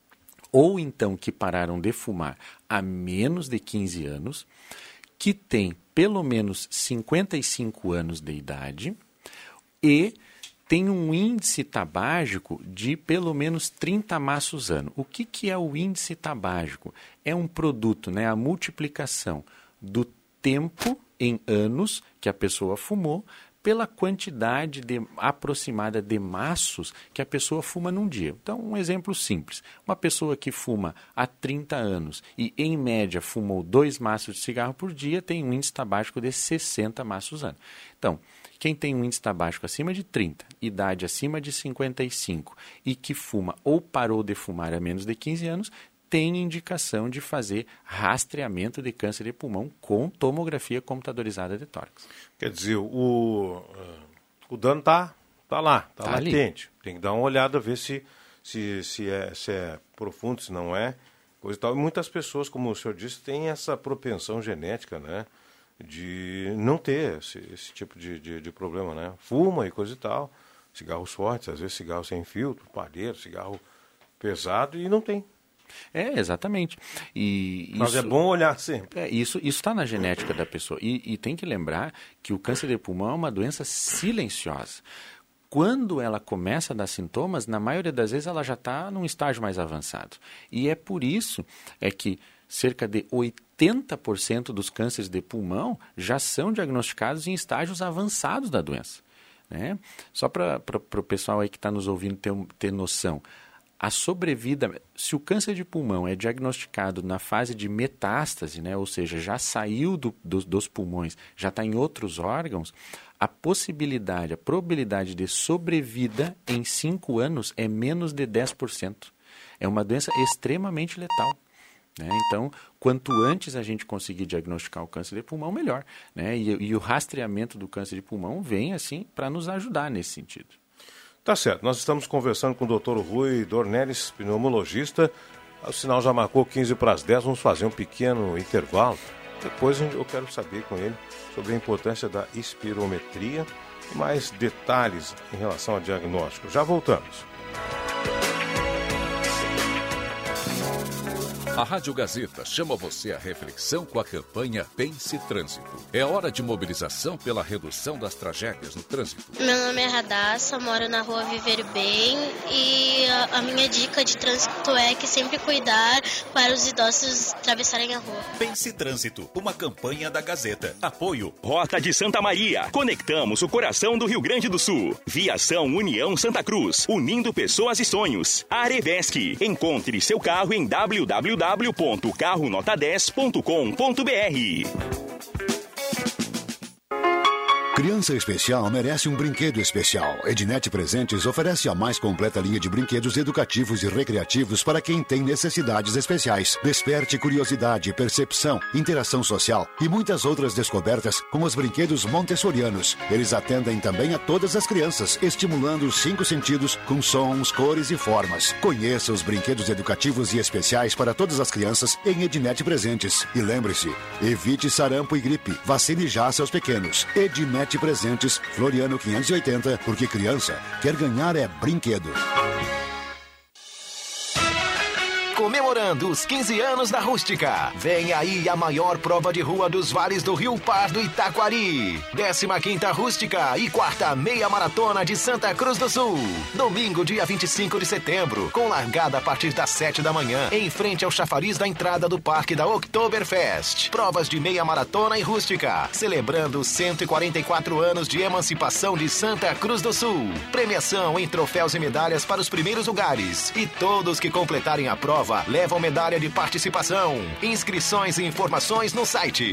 ou então que pararam de fumar há menos de 15 anos, que têm pelo menos 55 anos de idade e tem um índice tabágico de pelo menos 30 maços ano. O que é o índice tabágico? É um produto, né, a multiplicação do tempo em anos que a pessoa fumou pela quantidade aproximada de maços que a pessoa fuma num dia. Então, um exemplo simples. Uma pessoa que fuma há 30 anos e, em média, fumou 2 maços de cigarro por dia, tem um índice tabágico de 60 maços ano. Então, quem tem um índice tabágico acima de 30, idade acima de 55 e que fuma ou parou de fumar há menos de 15 anos, tem indicação de fazer rastreamento de câncer de pulmão com tomografia computadorizada de tórax. Quer dizer, o dano tá lá, tá latente. Ali. Tem que dar uma olhada, ver se é profundo, se não é, coisa e tal. E muitas pessoas, como o senhor disse, têm essa propensão genética, né, de não ter esse tipo de problema, né? Fuma e coisa e tal, cigarros fortes, às vezes cigarro sem filtro, palheiro, cigarro pesado e não tem. Exatamente. Mas é bom olhar sempre. Isso está na genética da pessoa. E tem que lembrar que o câncer de pulmão é uma doença silenciosa. Quando ela começa a dar sintomas, na maioria das vezes ela já está num estágio mais avançado. E é por isso que cerca de 80% dos cânceres de pulmão já são diagnosticados em estágios avançados da doença. Né? Só para o pessoal aí que está nos ouvindo ter noção. A sobrevida, se o câncer de pulmão é diagnosticado na fase de metástase, né, ou seja, já saiu dos pulmões, já está em outros órgãos, a probabilidade de sobrevida em 5 anos é menos de 10%. É uma doença extremamente letal. Né? Então, quanto antes a gente conseguir diagnosticar o câncer de pulmão, melhor. Né? E o rastreamento do câncer de pulmão vem assim para nos ajudar nesse sentido. Tá certo, nós estamos conversando com o Dr. Rui Dornelles, pneumologista. O sinal já marcou 15:10, vamos fazer um pequeno intervalo. Depois eu quero saber com ele sobre a importância da espirometria e mais detalhes em relação ao diagnóstico. Já voltamos. A Rádio Gazeta chama você à reflexão com a campanha Pense Trânsito. É hora de mobilização pela redução das tragédias no trânsito. Meu nome é Radassa, moro na rua Viver Bem e a minha dica de trânsito é que sempre cuidar para os idosos atravessarem a rua. Pense Trânsito, uma campanha da Gazeta. Apoio Rota de Santa Maria. Conectamos o coração do Rio Grande do Sul. Viação União Santa Cruz, unindo pessoas e sonhos. Arevesc. Encontre seu carro em www.carronota10.com.br. Criança especial merece um brinquedo especial. Ednet Presentes oferece a mais completa linha de brinquedos educativos e recreativos para quem tem necessidades especiais. Desperte curiosidade, percepção, interação social e muitas outras descobertas com os brinquedos montessorianos. Eles atendem também a todas as crianças, estimulando os 5 sentidos com sons, cores e formas. Conheça os brinquedos educativos e especiais para todas as crianças em Ednet Presentes. E lembre-se, evite sarampo e gripe. Vacine já seus pequenos. Ednet Presentes, Floriano 580, porque criança quer ganhar é brinquedo. Comemorando os 15 anos da Rústica. Vem aí a maior prova de rua dos vales do Rio Pardo Itaquari. 15ª Rústica e 4ª Meia Maratona de Santa Cruz do Sul. Domingo, dia 25 de setembro, com largada a partir das 7 da manhã, em frente ao chafariz da entrada do Parque da Oktoberfest. Provas de meia maratona e rústica, celebrando 144 anos de emancipação de Santa Cruz do Sul. Premiação em troféus e medalhas para os primeiros lugares. E todos que completarem a prova levam medalha de participação. Inscrições e informações no site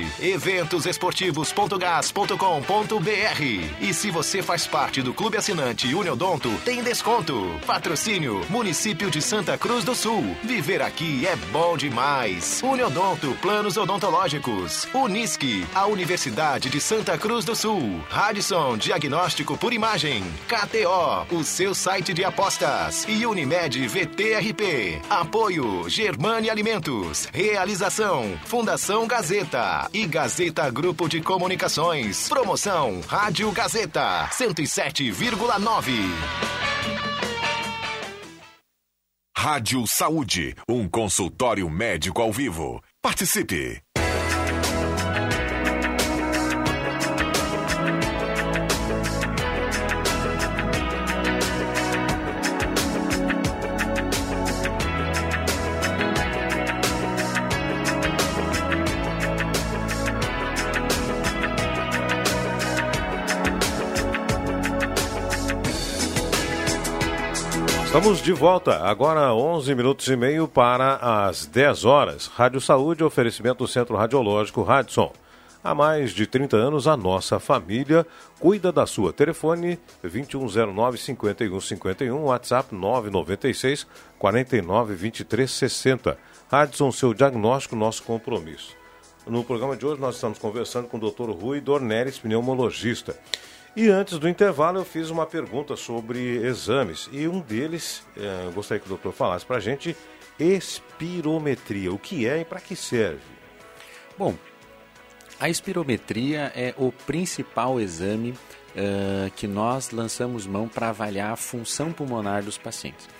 eventosesportivos.gas.com.br. E se você faz parte do Clube Assinante Uniodonto, tem desconto. Patrocínio Município de Santa Cruz do Sul. Viver aqui é bom demais. Uniodonto Planos Odontológicos. Unisque, a Universidade de Santa Cruz do Sul. Radisson Diagnóstico por Imagem. KTO, o seu site de apostas. E Unimed VTRP. Apoio Germane Alimentos. Realização Fundação Gazeta e Gazeta Grupo de Comunicações. Promoção Rádio Gazeta 107,9. Rádio Saúde, um consultório médico ao vivo. Participe! Estamos de volta, agora 11 minutos e meio para as 10 horas. Rádio Saúde, oferecimento do Centro Radiológico Radisson. Há mais de 30 anos, a nossa família cuida da sua. Telefone 2109-5151, WhatsApp 996-492360. Radisson, seu diagnóstico, nosso compromisso. No programa de hoje, nós estamos conversando com o Dr. Rui Dornelles, pneumologista. E antes do intervalo eu fiz uma pergunta sobre exames e um deles, eu gostaria que o doutor falasse para a gente, espirometria. O que é e para que serve? Bom, a espirometria é o principal exame que nós lançamos mão para avaliar a função pulmonar dos pacientes.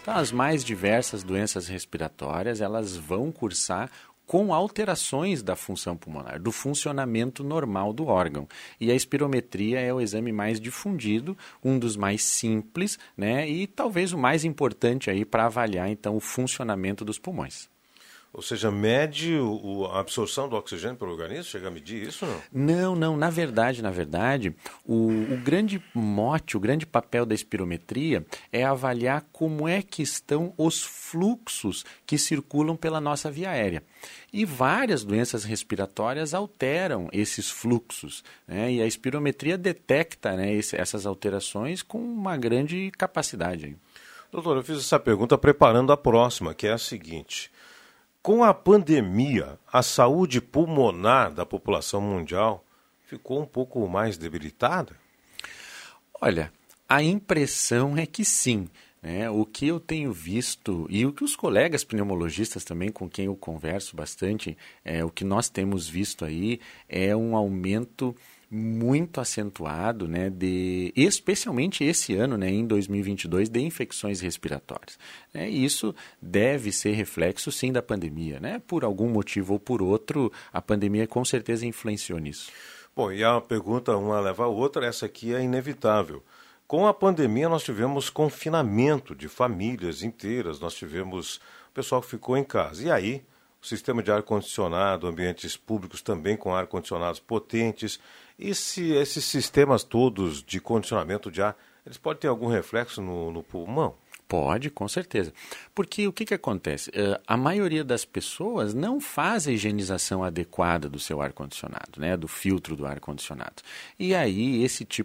Então, as mais diversas doenças respiratórias, elas vão cursar com alterações da função pulmonar, do funcionamento normal do órgão. E a espirometria é o exame mais difundido, um dos mais simples, né, e talvez o mais importante aí para avaliar, então, o funcionamento dos pulmões. Ou seja, mede a absorção do oxigênio pelo organismo? Chega a medir isso ou não? Não. Na verdade, o grande mote, o grande papel da espirometria é avaliar como é que estão os fluxos que circulam pela nossa via aérea. E várias doenças respiratórias alteram esses fluxos, né? E a espirometria detecta, né, essas alterações com uma grande capacidade. Doutor, eu fiz essa pergunta preparando a próxima, que é a seguinte: com a pandemia, a saúde pulmonar da população mundial ficou um pouco mais debilitada? Olha, a impressão é que sim. O que eu tenho visto, e o que os colegas pneumologistas também, com quem eu converso bastante, o que nós temos visto aí é um aumento muito acentuado, né, especialmente esse ano, né, em 2022, de infecções respiratórias. E isso deve ser reflexo, sim, da pandemia. Né? Por algum motivo ou por outro, a pandemia com certeza influenciou nisso. Bom, e a pergunta uma leva a outra, essa aqui é inevitável. Com a pandemia, nós tivemos confinamento de famílias inteiras, nós tivemos o pessoal que ficou em casa. E aí, o sistema de ar-condicionado, ambientes públicos também com ar-condicionados potentes. E se esses sistemas todos de condicionamento de ar, eles podem ter algum reflexo no pulmão? Pode, com certeza. Porque o que acontece? A maioria das pessoas não faz a higienização adequada do seu ar-condicionado, né? Do filtro do ar-condicionado. E aí,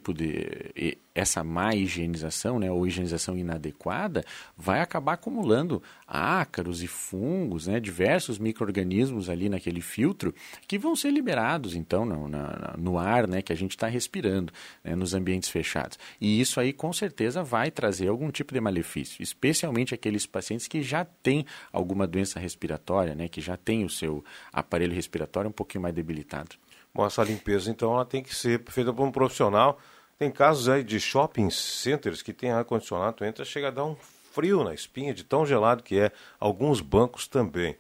essa má higienização, né, ou higienização inadequada, vai acabar acumulando ácaros e fungos, né, diversos micro-organismos ali naquele filtro, que vão ser liberados, então, no ar, né, que a gente está respirando, né, nos ambientes fechados. E isso aí, com certeza, vai trazer algum tipo de malefício, especialmente aqueles pacientes que já têm alguma doença respiratória, né, que já têm o seu aparelho respiratório um pouquinho mais debilitado. Bom, essa limpeza, então, ela tem que ser feita por um profissional. Tem casos aí de shopping centers que tem ar-condicionado, tu entra, chega a dar um frio na espinha de tão gelado que é. Alguns bancos também.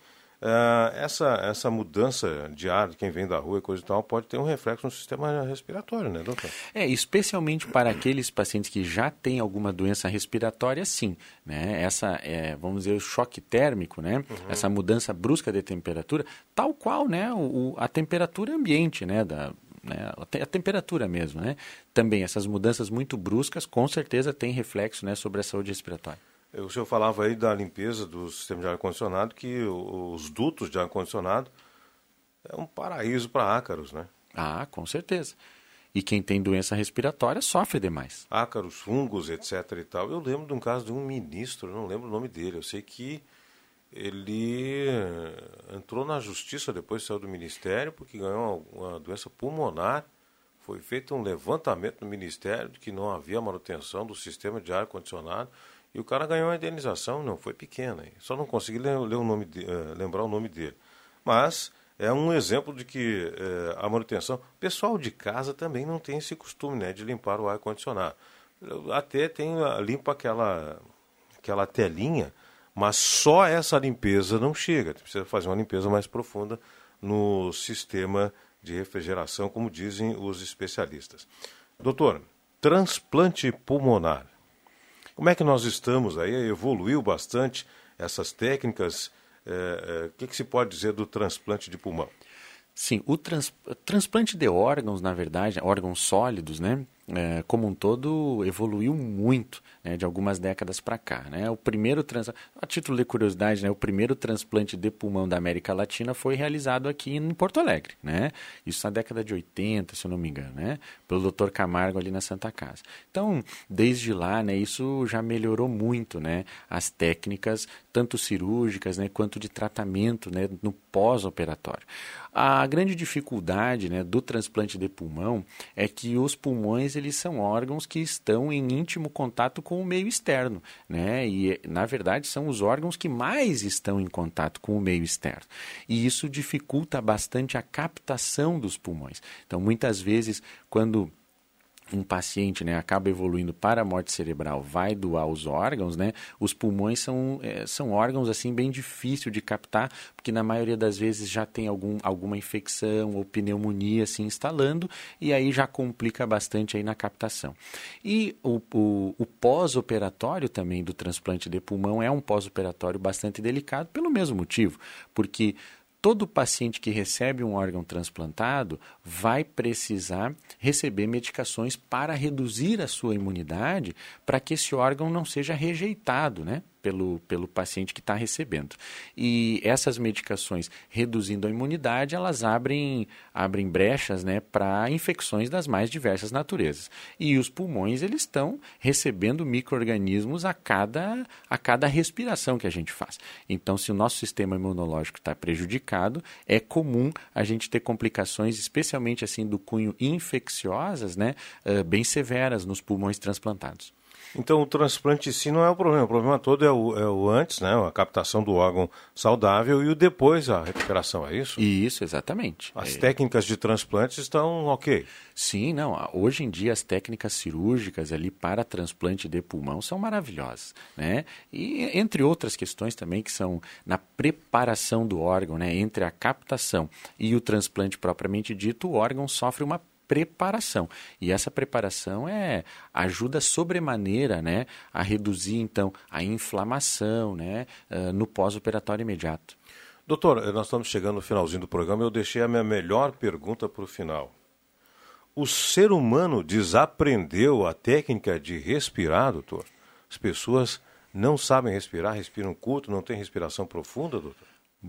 Essa mudança de ar de quem vem da rua e coisa e tal pode ter um reflexo no sistema respiratório, né, doutor? Especialmente para aqueles pacientes que já têm alguma doença respiratória, sim. Né? Vamos dizer, o choque térmico, né? Uhum. Essa mudança brusca de temperatura, tal qual, né, a temperatura ambiente, né, a temperatura mesmo, né? Também essas mudanças muito bruscas, com certeza, têm reflexo, né, sobre a saúde respiratória. O senhor falava aí da limpeza do sistema de ar-condicionado, que os dutos de ar-condicionado é um paraíso para ácaros, né? Ah, com certeza. E quem tem doença respiratória sofre demais. Ácaros, fungos, etc. e tal. Eu lembro de um caso de um ministro, eu não lembro o nome dele, eu sei que ele entrou na justiça depois saiu do ministério porque ganhou uma doença pulmonar. Foi feito um levantamento no ministério de que não havia manutenção do sistema de ar-condicionado e o cara ganhou uma indenização, não foi pequena. Só não consegui lembrar o nome dele. Mas é um exemplo de que a manutenção... O pessoal de casa também não tem esse costume, né, de limpar o ar-condicionado. Até limpa aquela telinha, mas só essa limpeza não chega. Precisa fazer uma limpeza mais profunda no sistema de refrigeração, como dizem os especialistas. Doutor, transplante pulmonar. Como é que nós estamos aí? Evoluiu bastante essas técnicas. O que se pode dizer do transplante de pulmão? Sim, o transplante de órgãos, na verdade, órgãos sólidos, né? Como um todo, evoluiu muito, né, de algumas décadas para cá. Né? O primeiro a título de curiosidade, né, o primeiro transplante de pulmão da América Latina foi realizado aqui em Porto Alegre. Né? Isso na década de 80, se eu não me engano, né? Pelo Dr. Camargo ali na Santa Casa. Então, desde lá, né, isso já melhorou muito, né, as técnicas, tanto cirúrgicas, né, quanto de tratamento, né, no pós-operatório. A grande dificuldade, né, do transplante de pulmão é que os pulmões eles são órgãos que estão em íntimo contato com o meio externo, né? E, na verdade, são os órgãos que mais estão em contato com o meio externo. E isso dificulta bastante a captação dos pulmões. Então, muitas vezes, quando um paciente, né, acaba evoluindo para a morte cerebral, vai doar os órgãos, né, os pulmões são órgãos assim bem difícil de captar, porque na maioria das vezes já tem alguma infecção ou pneumonia se instalando, e aí já complica bastante aí na captação. E o pós-operatório também do transplante de pulmão é um pós-operatório bastante delicado pelo mesmo motivo, porque todo paciente que recebe um órgão transplantado vai precisar receber medicações para reduzir a sua imunidade, para que esse órgão não seja rejeitado, né, pelo paciente que está recebendo. E essas medicações, reduzindo a imunidade, elas abrem brechas, né, para infecções das mais diversas naturezas. E os pulmões, eles estão recebendo micro-organismos a cada respiração que a gente faz. Então, se o nosso sistema imunológico está prejudicado, é comum a gente ter complicações, especialmente assim do cunho infecciosas, né, bem severas nos pulmões transplantados. Então o transplante em si não é o problema todo é o antes, né, a captação do órgão saudável e o depois, a recuperação, é isso? Isso, exatamente. As técnicas de transplante estão ok? Sim, não, hoje em dia as técnicas cirúrgicas ali para transplante de pulmão são maravilhosas, né, e entre outras questões também que são na preparação do órgão, né, entre a captação e o transplante propriamente dito, o órgão sofre uma preparação. E essa preparação ajuda sobremaneira, né, a reduzir, então, a inflamação, né, no pós-operatório imediato. Doutor, nós estamos chegando no finalzinho do programa. Eu deixei a minha melhor pergunta para o final. O ser humano desaprendeu a técnica de respirar, doutor? As pessoas não sabem respirar, respiram curto, não tem respiração profunda, doutor?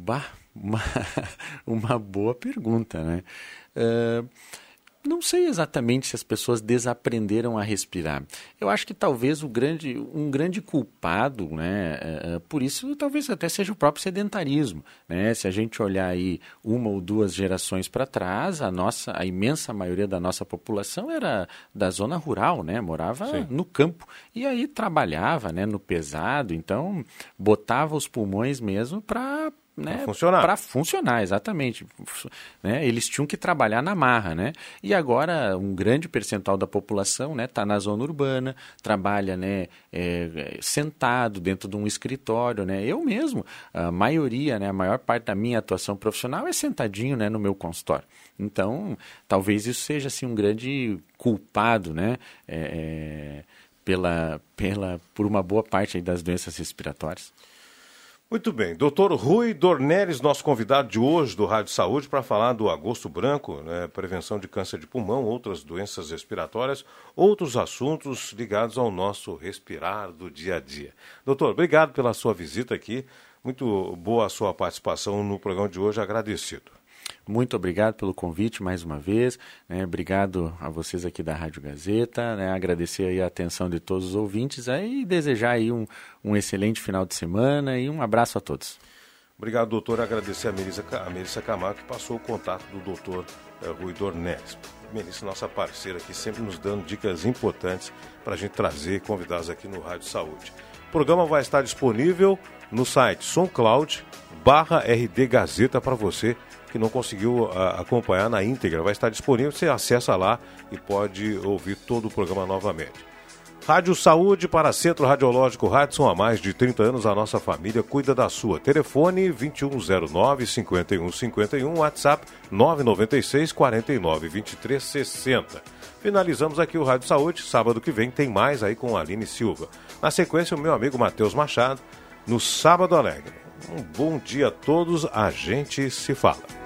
Uma boa pergunta, né? Não sei exatamente se as pessoas desaprenderam a respirar. Eu acho que talvez um grande culpado, né, por isso talvez até seja o próprio sedentarismo, né? Se a gente olhar aí 1 ou 2 gerações para trás, a imensa maioria da nossa população era da zona rural, né? Morava Sim. no campo e aí trabalhava, né, no pesado, então botava os pulmões mesmo para funcionar, exatamente. Né? Eles tinham que trabalhar na marra, né? E agora um grande percentual da população, né, está na zona urbana, trabalha, né, sentado dentro de um escritório, né? Eu mesmo, a maioria, né, a maior parte da minha atuação profissional é sentadinho, né, no meu consultório. Então, talvez isso seja assim, um grande culpado, né, por uma boa parte aí das doenças respiratórias. Muito bem. Doutor Rui Dornelles, nosso convidado de hoje do Rádio Saúde, para falar do agosto branco, né, prevenção de câncer de pulmão, outras doenças respiratórias, outros assuntos ligados ao nosso respirar do dia a dia. Doutor, obrigado pela sua visita aqui. Muito boa a sua participação no programa de hoje, agradecido. Muito obrigado pelo convite mais uma vez, né? Obrigado a vocês aqui da Rádio Gazeta, né? Agradecer aí a atenção de todos os ouvintes aí, e desejar aí um excelente final de semana e um abraço a todos. Obrigado, doutor. Agradecer a Melissa Camargo, que passou o contato do doutor Rui Dornelles. Melissa, nossa parceira aqui, sempre nos dando dicas importantes para a gente trazer convidados aqui no Rádio Saúde. O programa vai estar disponível no site SoundCloud/RD Gazeta para você que não conseguiu acompanhar na íntegra. Vai estar disponível, você acessa lá e pode ouvir todo o programa novamente. Rádio Saúde para Centro Radiológico Radisson, há mais de 30 anos a nossa família cuida da sua. Telefone 2109-5151, WhatsApp 996-49-2360. Finalizamos aqui o Rádio Saúde. Sábado que vem tem mais aí com a Aline Silva. Na sequência, o meu amigo Matheus Machado, no Sábado Alegre. Um bom dia a todos, a gente se fala.